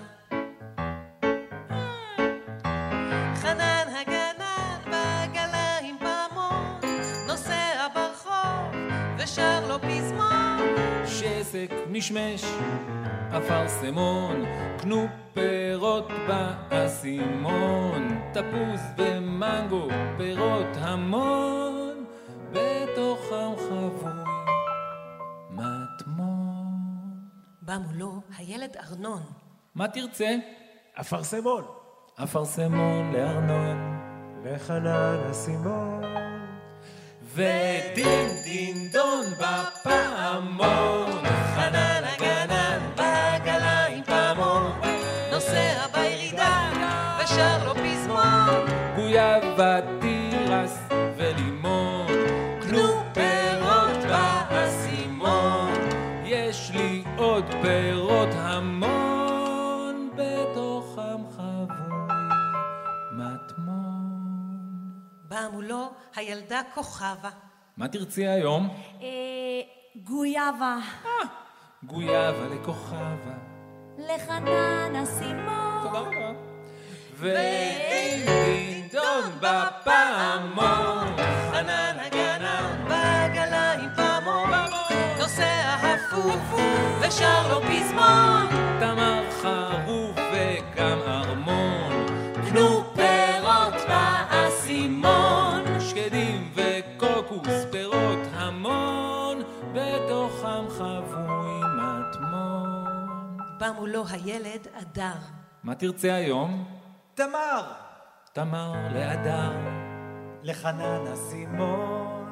חנן הגנן בעגלה עם פעמון, נוסע ברחוב ושר לו פזמון. שסק משמש אפרסמון, קנו פירות באסימון, תפוז ומנגו פירות המון, בתוכם חבוי מטמון. בא מולו הילד ארנון. מה תרצה? אפרסמון. אפרסמון לארנון. לחנן אסימון. ודין דין דון בפעמון, חנן הגנן בעגלה עם פעמון, נוסע בירידה ושר לו פזמון. גויאבה, תירס ולימון, קנו פירות באסימון. יש לי עוד פירות המון, בתוכם חבוי מטמון. באה מולו הילדה כוכבה. מה תרצי היום? גויאבה. גויאבה לכוכבה. לחנן אסימון. תודה רבה. ודין דין דון בפעמון, חנן הגנן בעגלה עם פעמון, נוסע הפוך ושר לו פזמון. תמר חרוב וגם ארמון, קנו פירות באסימון. שקדים וקוקוס פירות המון, בתוכם חבוי מטמון. בא מולו הילד אדר. מה תרצה היום? תמר. תמר לאדר. לחנן אסימון.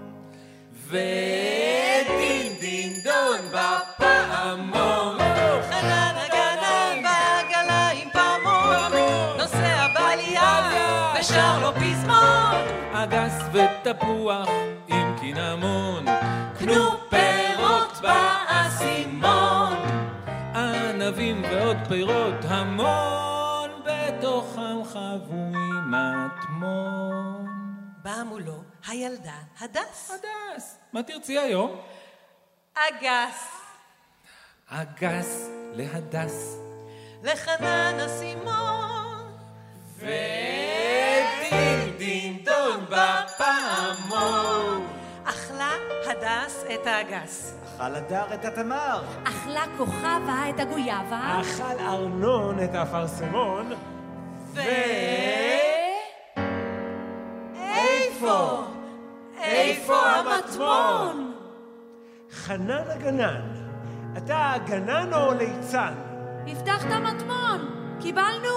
ודין דין דון בפעמון, חנן הגנן בעגלה עם פעמון, נוסע בעלייה ושר לו פזמון. אגס ותפוח עם קינמון, קנו פירות באסימון. ענבים ועוד פירות המון, בתוכם חבוי מטמון. באה מולו הילדה הדס. הדס, מה תרצי היום? אגס. אגס להדס. לחנן אסימון. ודין דין דון בפעמון. אכלה הדס את האגס. אכל הדר את התמר. אכלה כוכבה את הגויאבה. אכל ארנון את האפרסמון. איפה המטמון? חנן הגנן, אתה גנן או ליצן? הבטחת מטמון. קיבלנו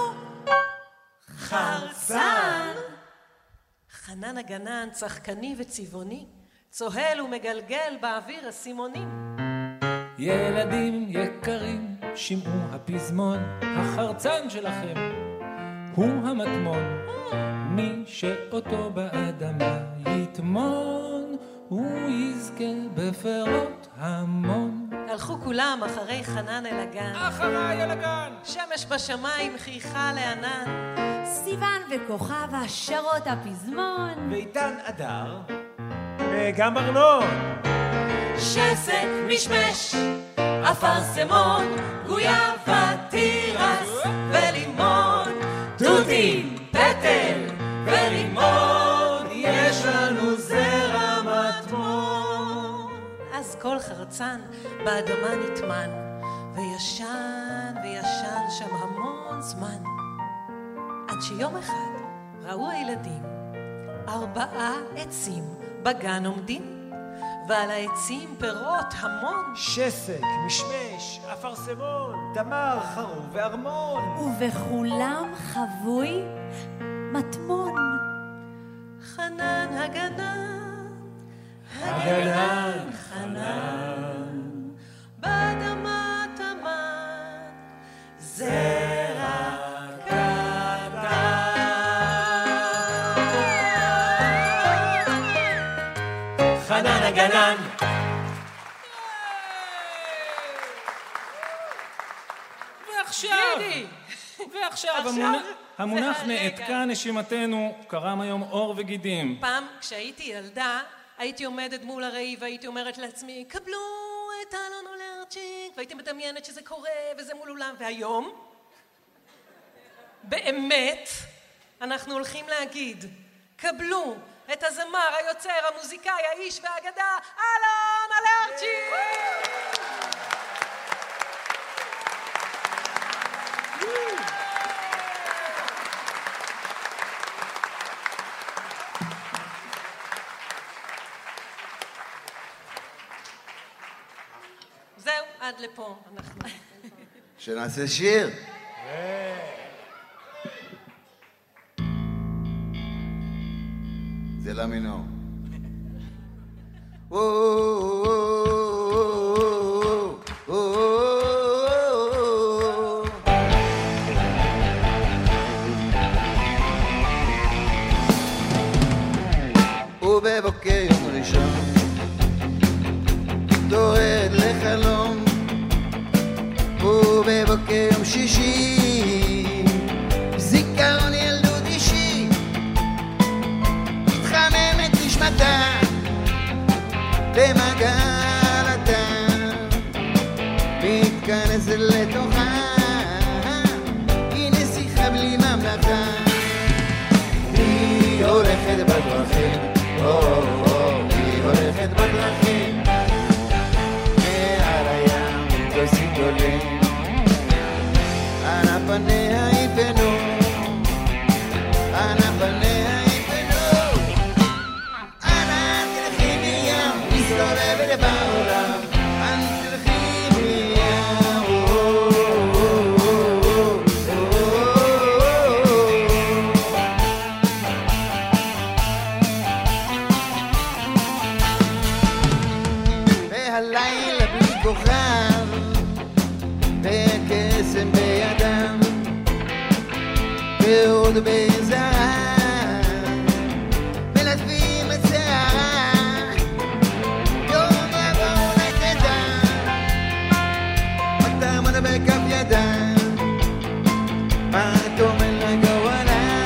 חרצן. חנן הגנן צחקני וצבעוני, צוהל ומגלגל באוויר הסימונים. ילדים יקרים, שמעו הפזמון, החרצן שלכם הוא המטמון. מי שאותו באדמה יטמון, הוא יזכה בפירות המון. הלכו כולם אחרי חנן אל הגן. אחריי אל הגן. שמש בשמיים חייכה לענן. סיוון וכוכבה שרות הפזמון. ואיתן אדר. וגם ארנון. שסק משמש אפרסמון, גויאבה, תירס ולימון. תותים, פטל ורימון, יש לנו זרע מטמון. אז כל חרצן באדמה נטמן, וישן וישן שם המון זמן, עד שיום אחד ראו הילדים 4 עצים בגן עומדים, ועל העצים פירות המון. שסק, משמש, אפרסמון. תמר, חרוב וארמון. ובכולם חבוי מטמון. חנן הגנן, הגנן, חנן, באדמה טמן זרע חנן הגנן. ועכשיו המונח נעתקה נשימתנו קרם היום עור וגידים. פעם כשהייתי ילדה, הייתי עומדת מול הראי והייתי אומרת לעצמי, קבלו את אלון אולרצ'יק, והייתי מדמיינת שזה קורה וזה מול אולם, והיום, באמת, אנחנו הולכים להגיד, קבלו את הזמר, היוצר, המוזיקאי, האיש והאגדה, אלון אולרצ'יק! זהו, עד לפה אנחנו. שנעשה שיר. זה לה מינור. ובבוקר יום ראשון דורד לחלום, ובבוקר יום שישי זיכרון ילדות אישי מתחממת נשמתה במגלתה מתכנסת לתוכה, היא נסיכה בלי ממלכה, היא הולכת בדרכים, היא הולכת בדרכים מעל הים מטוסים גדולים, אנה פניה יפנו, אנה פניה יפנו, אנה תלכי מים, מסתובבת בעולם, אנה תלכי מים, והלילה בלי כוכב וקסם בידם ועוד בזרה מלטפים את שערה, יום יבוא נתדה מטרמד בכף ידה, מה תאמר לגורלה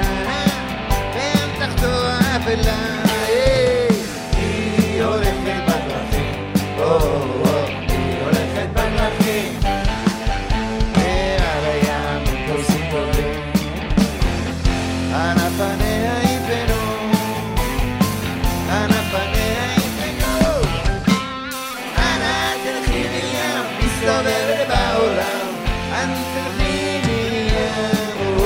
באמתחתו האפלה, היא הולכת בדרכים, היא הולכת בדרכים מעל הים מטוסים גדולים, אנה פניה יפנו, אנה פניה יפנו, אנה תלכי מים, מסתובבת בעולם, אנה תלכי מים,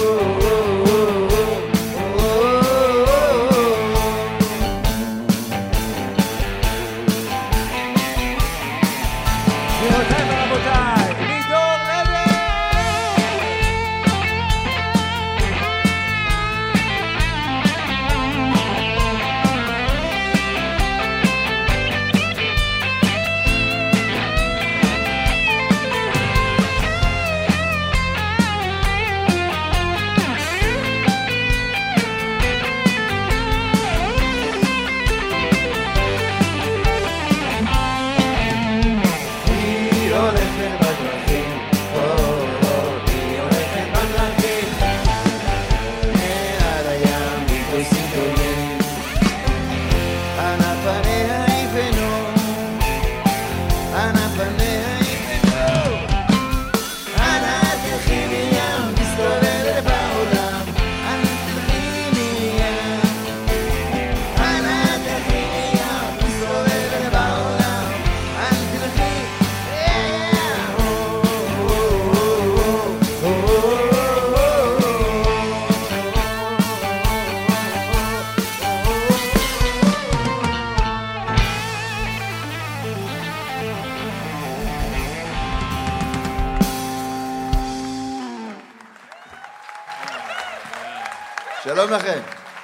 גבירותיי ורבותיי, לידור לוי! היא הולכת בדרכים, היא הולכת בדרכים מעל הים מטוסים גדולים, אנה פניה יפנו, אנה פניה יפנו, אנה תלכי מים, מסתובבת בעולם, אנה תלכי מים, אנה תלכי מים, מסתובבת בעולם, אנה תלכי שלום לכם.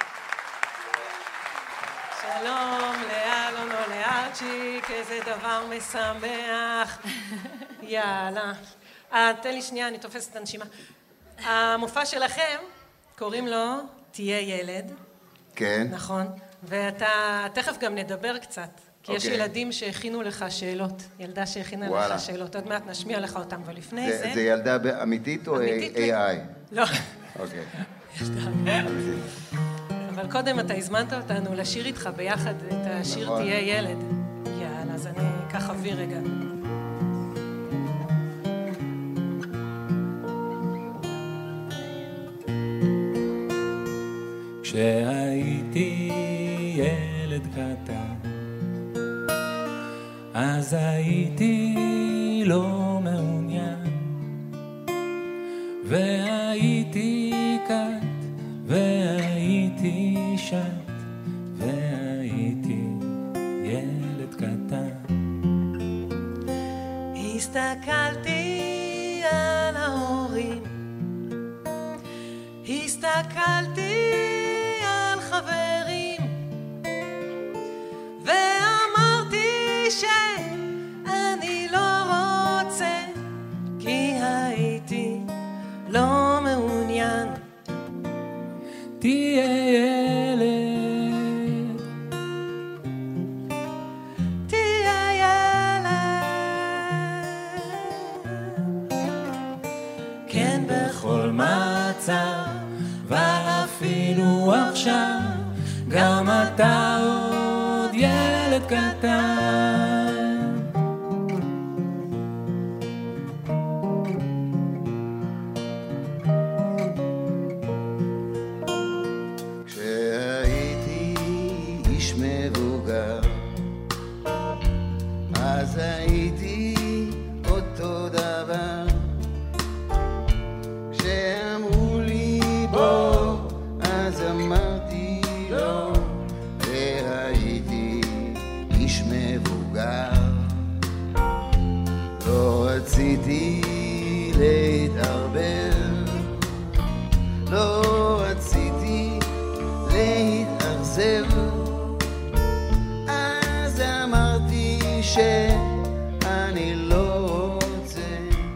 שלום לאלון אולרצ'יק, איזה דבר משמח. יאללה. תן לי שנייה, אני תופסת את הנשימה. המופע שלכם, קוראים לו תהיה ילד. כן. נכון. ואתה, תכף גם נדבר קצת כי יש ילדים שהכינו לך שאלות, ילדה שהכינה לך שאלות, עוד מעט נשמיע לך אותם, אבל לפני זה... זה ילדה אמיתית או AI? לא. אוקיי. אבל קודם אתה הזמנת אותנו לשיר איתך ביחד את השיר תהיה ילד. יאללה, אז אני אקח אוויר רגע. כשהייתי ילד קטן, אז הייתי לא מעוניין, והייתי כת, והייתי שת, והייתי ילד קטן. הסתכלתי על ההורים, הסתכלתי על חברים, ואמרתי שאני לא רוצה, כי הייתי לא מעוניין. תהיה ילד, תהיה ילד, כן בכל מצב, ואפילו עכשיו, גם אתה עוד ילד קטן. כשהייתי איש מבוגר, אז הייתי אותו דבר. כשאמרו לי בוא, אז אמרתי לא, והייתי איש מבוגר. לא רציתי להתערבב, לא רציתי להתאכזב, אז אמרתי שאני לא רוצה,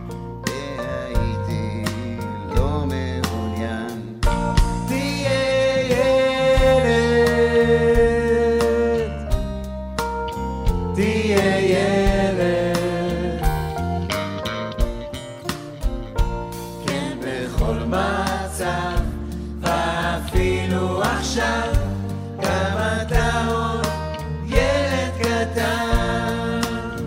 והייתי לא מעוניין. תהיה ילד, תהיה ילד, כן בכל מצב, ואפילו עכשיו, גם אתה עוד ילד קטן.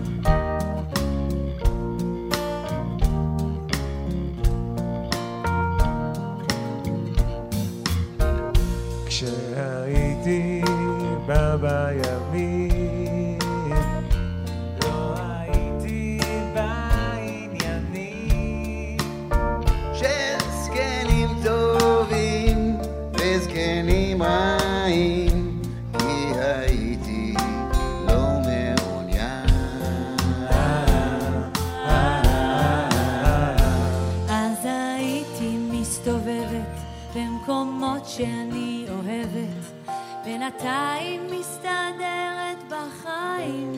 כשהייתי בא בימים, לא הייתי בעניינים של זקנים טובים וזקנים רעים, כי הייתי לא מעוניין. אז הייתי מסתובבת במקומות שאני אוהבת, בינתיים מסתדרת בחיים.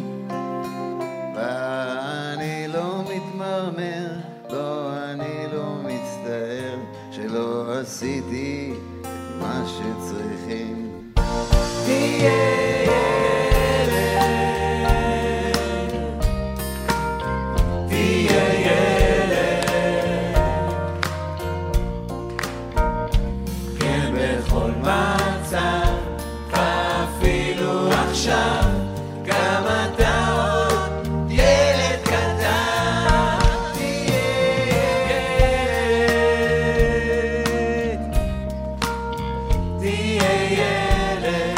ואני לא מתמרמר, לא, אני לא מצטער שלא עשיתי את מה שצריכים. תהיה ילד, תהיה ילד, כן בכל מצב, ואפילו עכשיו, גם אתה עוד ילד קטן. תהיה ילד, תהיה ילד,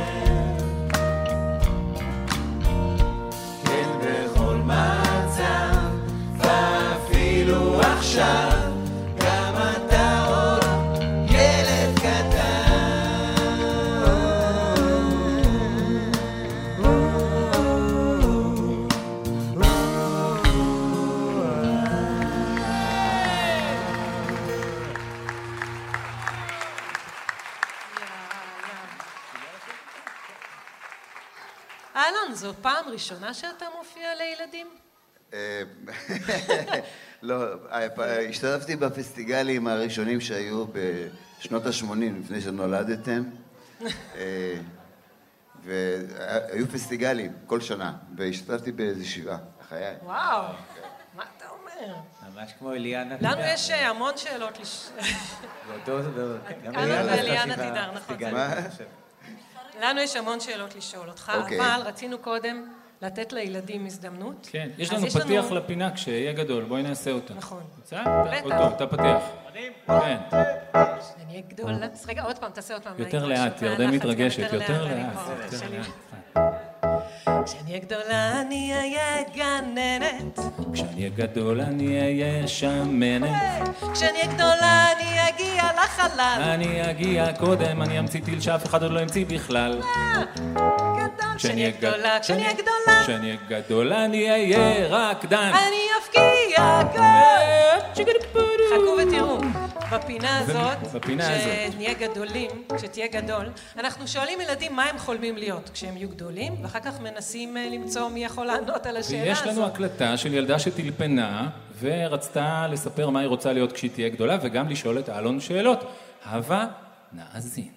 כן בכל מצב, ואפילו עכשיו, גם אתה עוד ילד קטן. אהלן, זו פעם ראשונה שאתה מופיע לילדים? לא, השתתפתי בפסטיגלים הראשונים שהיו בשנות ה-80, לפני שנולדתם. והיו פסטיגלים כל שנה, והשתתפתי באיזו 7, חיי. וואו, מה אתה אומר? ממש כמו אליאנה. לנו יש המון שאלות גם אליאנה תידר, נכון. מה? לנו יש המון שאלות לשאול אותך, אבל רצינו קודם לתת לילדים הזדמנות. כן, יש לנו פתיח לפינה כשיהיה גדול, בואי נעשה אותה. נכון. רוצה? אותו, אתה פתיח. כן. אני אהיה גדולה. רגע, עוד פעם, תעשה עוד פעם. יותר לאט, ירדן מתרגשת, יותר לאט. כשאני אהיה גדולה אני אהיה גננת. כשאני אהיה גדול אני אהיה שמנת. כשאני אהיה גדולה אני אגיע לחלל. אני אגיע קודם, אני אמציא טיל שאף אחד עוד לא המציא בכלל. כשאני אהיה גדולה, כשאני אהיה גדולה. כשאני אהיה גדול אני אהיה רקדן. אני אבקיע גול. חכו ותראו, בפינה הזאת, כשנהיה גדולים, כשתהיה גדול, אנחנו שואלים ילדים מה הם חולמים להיות כשהם יהיו גדולים, ואחר כך מנסים למצוא מי יכול לענות על השאלה הזאת. ויש לנו הקלטה של ילדה שטלפנה, ורצתה לספר מה היא רוצה להיות כשהיא תהיה גדולה, וגם לשאול את אלון שאלות. הווה, נאזין.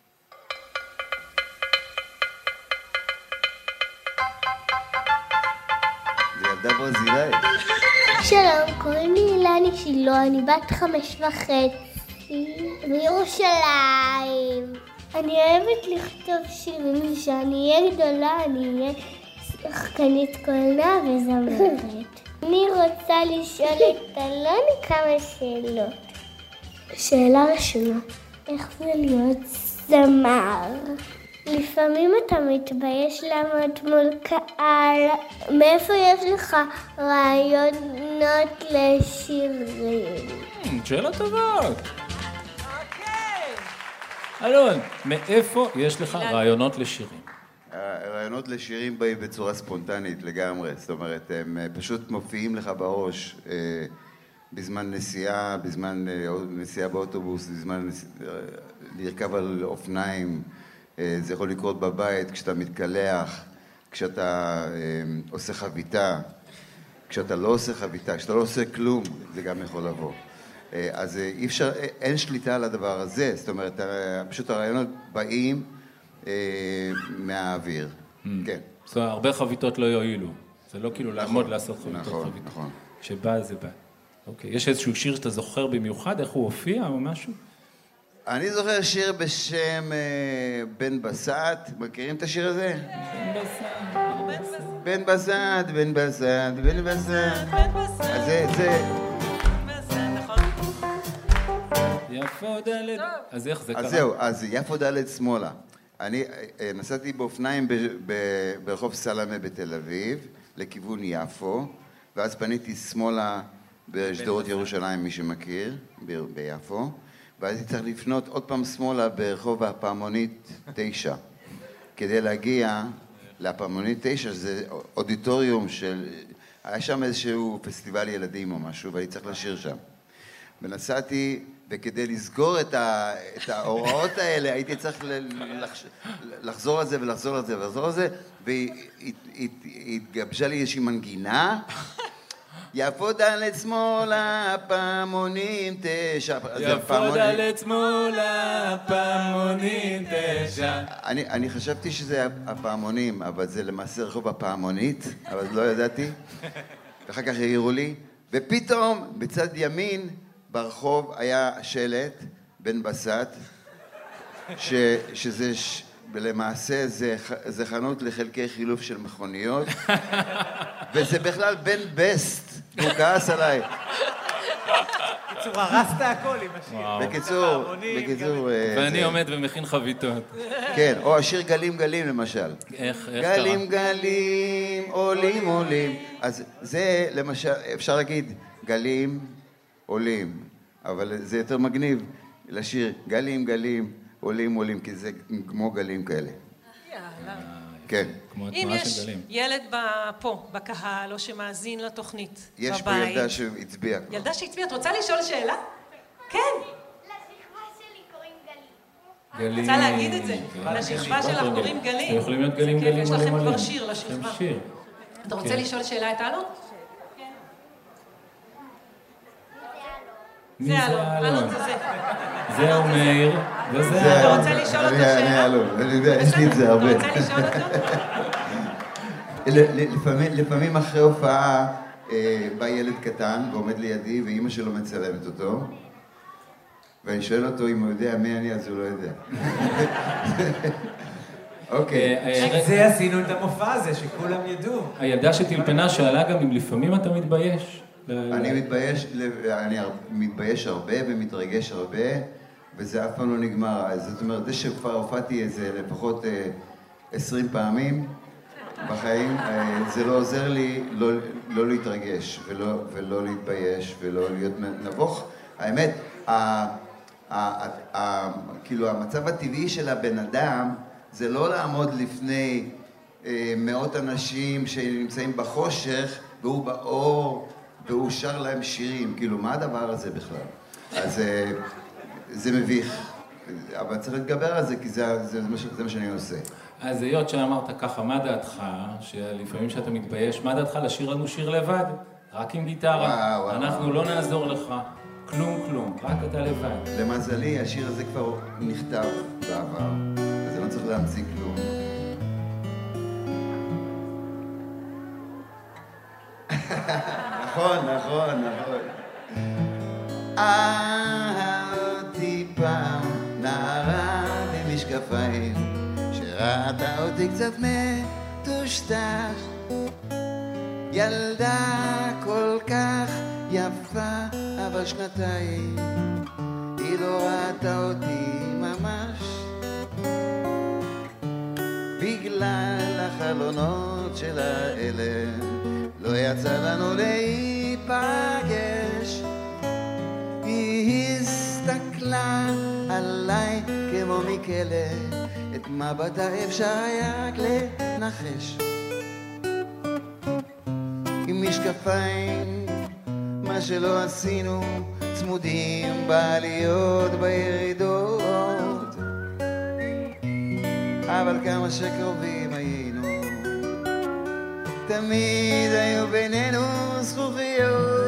זה ילדה ברזילאית. שלום, קוראים לי אילני שילה, אני בת 5.5 מירושלים. אני אוהבת לכתוב שירים, כשאני אהיה גדולה אני אהיה שחקנית קולנוע וזמרת. אני רוצה לשאול את אלוני כמה שאלות. שאלה ראשונה, איך זה להיות זמר? לפעמים אתה מתבייש לעמוד מול קהל. מאיפה יש לך רעיונות לשירים? שאלות טובות. אלון, מאיפה יש לך רעיונות לשירים? הרעיונות לשירים באים בצורה ספונטנית לגמרי. זאת אומרת, הם פשוט מופיעים לך בראש בזמן נסיעה, בזמן נסיעה באוטובוס, בזמן לרכב על אופניים. זה יכול לקרות בבית, כשאתה מתקלח, כשאתה עושה חביתה, כשאתה לא עושה חביתה, כשאתה לא עושה כלום, זה גם יכול לבוא. אז אי אפשר, אין שליטה על הדבר הזה, זאת אומרת, פשוט הרעיונות באים מהאוויר. כן. זאת אומרת, הרבה חביתות לא יועילו. זה לא כאילו לעמוד לעשות חביתות. נכון. שבא זה בא. אוקיי, יש איזשהו שיר שאתה זוכר במיוחד, איך הוא הופיע או משהו? אני זוכר שיר בשם בן בסט, מכירים את השיר הזה? בן בסט, בן בסט, בן בסט. אז זה... יפו דלת. אז איך זה קרה? אז זהו, אז יפו דלת שמאלה. אני נסעתי באופניים ברחוב סלמה בתל אביב, לכיוון יפו, ואז פניתי שמאלה בשדרות ירושלים, מי שמכיר, ביפו. ואז הייתי צריך לפנות עוד פעם שמאלה ברחוב הפעמונית 9, כדי להגיע לפעמונית 9, שזה אודיטוריום של... היה שם איזשהו פסטיבל ילדים או משהו, והייתי צריך לשיר שם. ונסעתי, וכדי לסגור את ההוראות האלה, הייתי צריך לחזור על זה ולחזור על זה ולחזור על זה, והתגבשה לי איזושהי מנגינה, יפו דלת שמאלה, פעמונים 9. יפו דלת שמאלה, פעמונים 9. אני חשבתי שזה הפעמונים, אבל זה למעשה רחוב הפעמונית, אבל לא ידעתי. ואחר כך העירו לי, ופתאום בצד ימין ברחוב היה שלט, בן בסט, שזה... ולמעשה זה חנות לחלקי חילוף של מכוניות, וזה בכלל בן בסט, הוא כעס עליי. בקיצור, הרסת הכל עם השיר. בקיצור... ואני עומד ומכין חביתות. כן, או השיר גלים גלים למשל. איך קרה? גלים גלים, עולים עולים. אז זה למשל, אפשר להגיד גלים עולים, אבל זה יותר מגניב לשיר גלים גלים. עולים עולים, כי זה כמו גלים כאלה. יאללה. כן. אם יש ילד פה, בקהל, או שמאזין לתוכנית, בבית. יש פה ילדה שהצביעה. ילדה שהצביעה, את רוצה לשאול שאלה? כן. לשכבה שלי קוראים גלים. גלים. רוצה להגיד את זה. לשכבה שלך קוראים גלים. אתם יכולים להיות גלים גלים. יש לכם כבר שיר לשכבה. שיר. אתה רוצה לשאול שאלה את אלון? מי זה אלון. זהו מאיר, וזה אלון. אתה רוצה לשאול אותו שאלה? אני אלון, אני יודע, יש לי את זה הרבה. אתה רוצה לשאול אותו? לפעמים אחרי הופעה בא ילד קטן ועומד לידי ואימא שלו מצלמת אותו ואני שואל אותו אם הוא יודע מי אני, אז הוא לא יודע. אוקיי. זה עשינו את המופע הזה, שכולם ידעו. הילדה שטלפנה שאלה גם אם לפעמים אתה מתבייש. אני מתבייש הרבה ומתרגש הרבה, וזה אף פעם לא נגמר. זאת אומרת, זה שכבר הופעתי איזה לפחות 20 פעמים בחיים, זה לא עוזר לי לא להתרגש ולא להתבייש ולא להיות נבוך. האמת, כאילו המצב הטבעי של הבן אדם זה לא לעמוד לפני מאות אנשים שנמצאים בחושך והוא באור והוא שר להם שירים. כאילו, מה הדבר הזה בכלל? אז זה מביך, אבל צריך להתגבר על זה כי זה מה שאני עושה. אז היות שאמרת ככה, מה דעתך, שלפעמים שאתה מתבייש, מה דעתך לשיר לנו שיר לבד? רק עם גיטרה. אנחנו לא נעזור לך. כלום, רק אתה לבד. למזלי, השיר הזה כבר נכתב בעבר, אז אני לא צריך להמציא כלום. נכון. אהבתי פעם נערה במשקפיים שראתה אותי קצת מטושטש, ילדה כל כך יפה אבל שנתיים היא לא ראתה אותי ממש, בגלל החלונות של האלה לא יצא לנו להיפגש. היא הסתכלה עליי כמו מכלא, את מבטה אפשר היה לנחש. עם משקפיים, מה שלא עשינו, צמודים בעליות בירידות, אבל כמה שקרובים היינו, תמיד היו בינינו זכוכיות.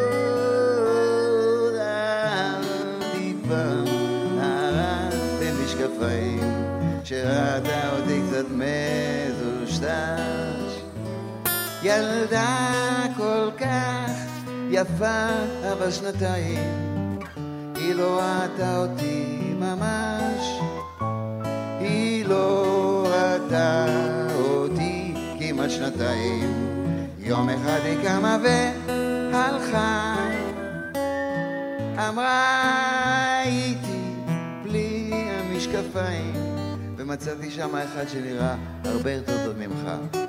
אהבתי פעם נערה במשקפיים שראתה אותי קצת מטושטש, ילדה כל כך יפה אבל שנתיים היא לא ראתה אותי ממש, היא לא ראתה אותי כמעט שנתיים. יום אחד היא קמה והלכה, אמרה איתי בלי המשקפיים, ומצאתי שם אחד שנראה הרבה יותר טוב ממך.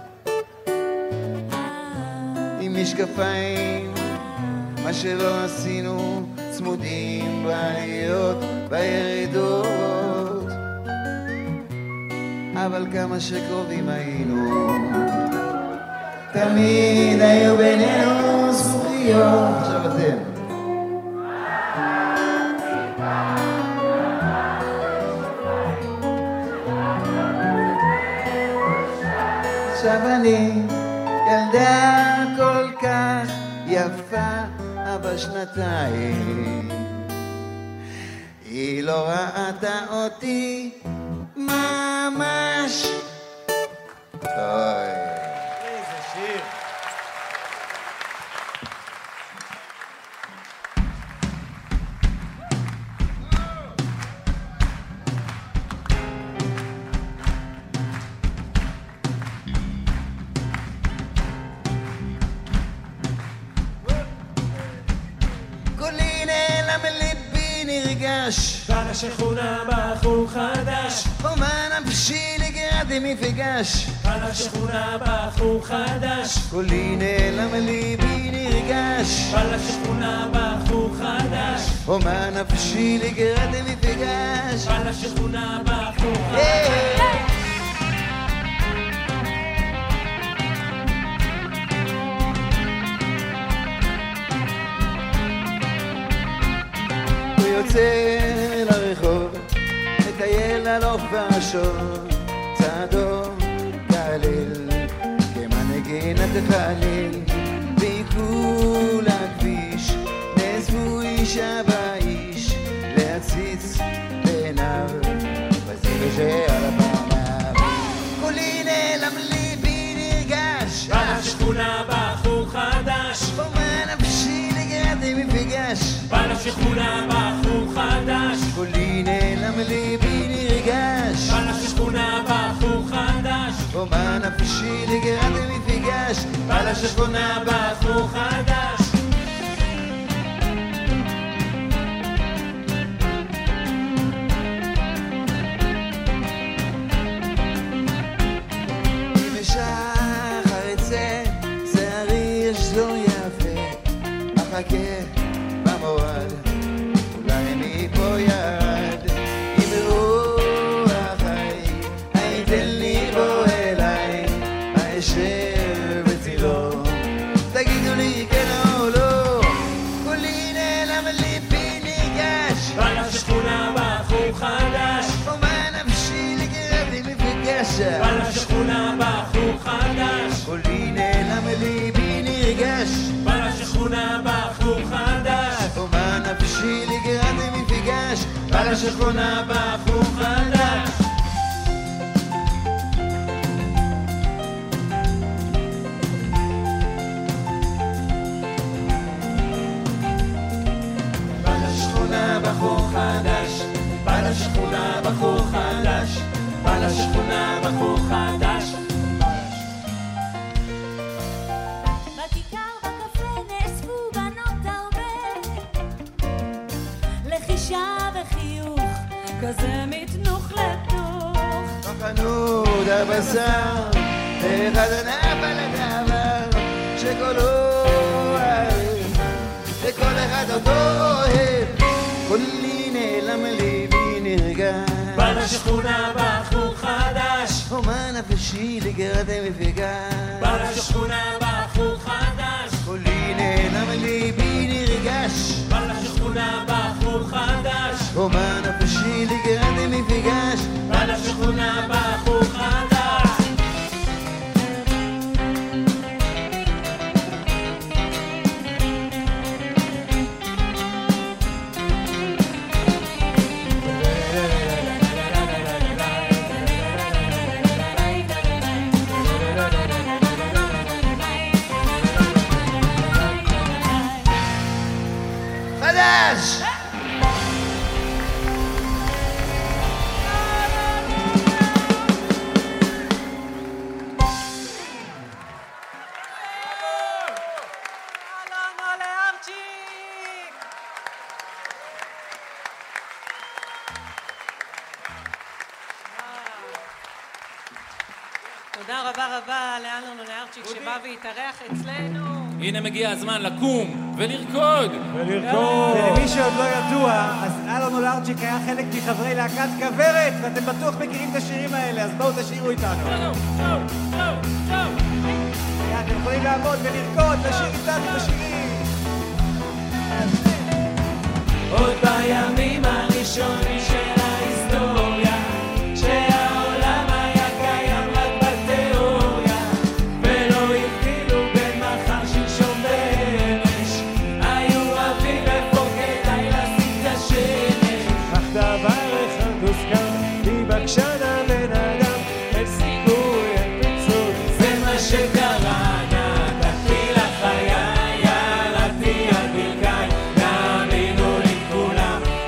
עם משקפיים, מה שלא עשינו, צמודים בעליות בירידות, אבל כמה שקרובים היינו, תמיד היו בינינו זכוכיות. עכשיו אתם. עכשיו אני ילדה כל כך יפה אבל שנתיים היא לא ראתה אותי ממש. אוי, איזה שיר. בעל השכונה בחור חדש, אומן נפשי לגרעתי מפגש. בעל השכונה בחור חדש, קולי נעלם ליבי נרגש. בעל השכונה בחור חדש, אומן נפשי לגרעתי מפגש. בעל השכונה בחור חדש. יוצא לרחוב, מטייל הלוך והשור, צעדו קליל, כמנגינת החליל, בעיכול הכביש, נעזבו אישה באיש. לשכונה בחור חדש, קולי נעלם ליבי נרגש, בא לשכונה בחור חדש, ומה נפשי לגרד למפגש, בא לשכונה בחור חדש. משחר יצא, שערי ישזור יפה, אחכה במועד, אולי מפה ירד, אם ברוח חיי, הייתן לי בו אליי, הישר בצילו, תגידו לי כן או לא, כולי נעלם ליבי נרגש, בא לשכונה בחור חדש, ומה נפשי לגרד למפגש, בא לשכונה בחור חדש, כולי נעלם ליבי נרגש, בא לשכונה בחור חדש, ומה נפשי לגרד למפגש, בא לשכונה בחור חדש. בא לשכונה בחור חדש, בא לשכונה בחור חדש, בא לשכונה בחור חדש. בכיכר בקפה נאספו בנות הרבה, לחישה וחיוך כזה מתנוך לתוך, בחנות הבשר, אחד ענף על הדבר, שכולו אוהב, וכל אחד אותו אוהב, כולי נעלם ליבי נרגש, בא לשכונה בחור חדש, ומה נפשי לגרד למפגש, בא לשכונה בחור חדש, כולי נעלם ליבי נרגש, בא לשכונה בחור חדש, ומה נפשי לגרד למפגש, בא לשכונה בחור חדש. חדש! אלונו לארצ'יק! תודה רבה רבה לאלונו לארצ'יק שבא והתארח אצלנו. הנה מגיע הזמן לקום ולרקוד. ולמי שעוד לא ידוע, אז אלון אולארצ'יק היה חלק מחברי להקת כוורת, ואתם בטוח מכירים את השירים האלה, אז בואו תשאירו איתנו. אתם יכולים לעמוד ולרקוד, לשיר איתנו את השירים. עוד בימים הראשונים של ההיסטוריה, שהעולם היה קיים רק בתיאוריה, ולא הבדילו בין מחר שלשום ואמש, היו אביב איפה כדאי לשים את השמש. אך דבר אחד הוזכר, היא בקשה לבן אדם, אין סיכוי, אין פיצוי, זה מה שקרה, נתתי לחיי, ילדתי על ברכיי, תאמינו לי כולם,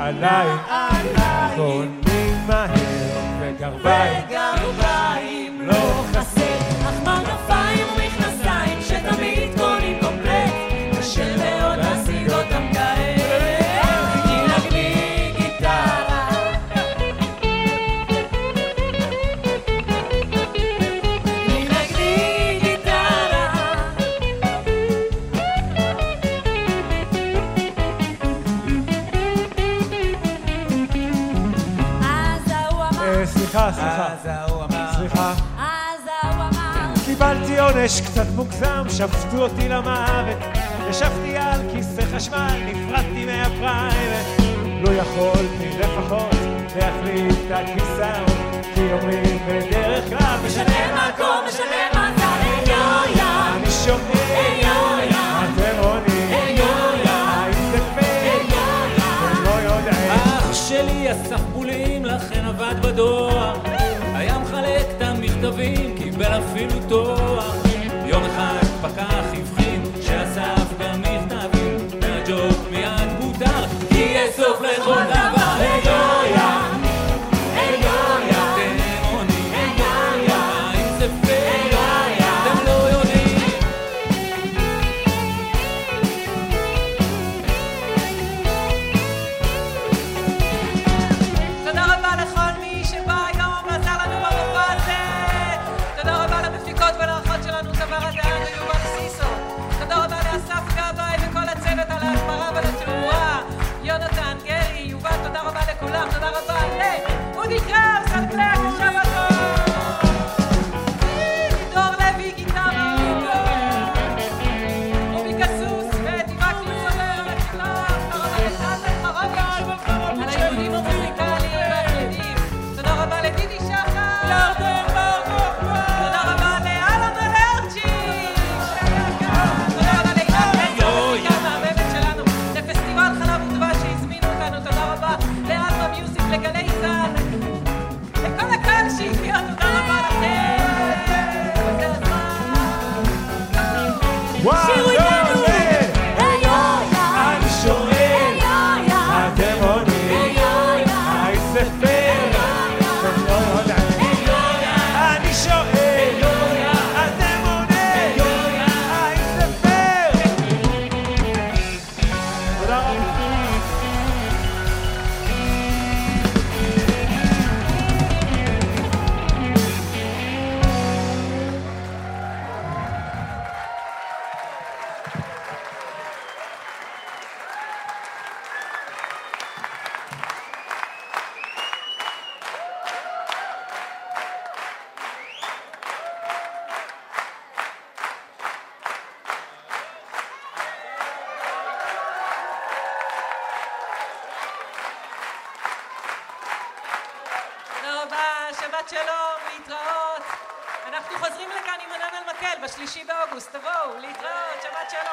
עליי, קונים מהר וגרביים לא חסר, אך מגפיים ומכנסיים שתמיד קונים קומפלט, קשה מאוד להשיג אותם כעת. תנגני גיטרה, תנגני גיטרה. אז ההוא אמר, סליחה, אז ההוא אמר. סליחה. אז ההוא אמר, קיבלתי עונש קצת מוגזם, שפטו אותי למוות. ישבתי על כיסא חשמל, נפרדתי מהפריימט. לא יכולתי לפחות להחליט את הכיסאות, כי אומרים בדרך כלל משנה מקום, משנה מצב, יויה, אני שומע, אתם עונים, האם זה פייר? הם לא יודעים. אח שלי אסף בולים, לכן עבד בדואר. היה מחלק את המכתבים, קיבל אפילו תואר. יום אחד פקח הבחין שאסף גם מכתבים, מהג'וק מיד פוטר, כי יש סוף לכל דבר. יויה, אתם עונים, האם זה פייר? אתם לא יודעים. תודה רבה לכל מי שבא היום ועזר לנו במופע הזה. תודה רבה למפיקות ולאחות שלנו, תמר אדן ויובל סיסו. תודה רבה לאסף גבאי וכל הצוות על ההסברה ולתאורה. יונתן, גרי, יובל, תודה רבה לכולם. תודה רבה לאודי קראוס על כלי הקשבתו. דור לוי גיטרה. רובי קסוס וטבעה קלוסובר על הקלוח. תודה רבה לטאטל חרוביץ' על העיבודים המוזיקליים והקלידים. תודה רבה לדידי שחר. תודה רבה לאלון אלרצ'יק. תודה רבה לעינת מסר, המפיקה המהממת שלנו, לפסטיבל חלב ודבש שהזמינו אותנו. תודה רבה לאלמה מיוזיק, לגלי זן, לכל הקהל שהגיע. תודה רבה לכם. וזה הזמן. וואו, אני שואל, אתם עונים, האם זה פייר? אתם לא יודעים. אני שואל, אתם עונים, האם זה פייר? תודה רבה. תודה רבה, שבת שלום, להתראות. אנחנו חוזרים לכאן עם ענן על מקל ב3 באוגוסט, תבואו, להתראות, שבת שלום.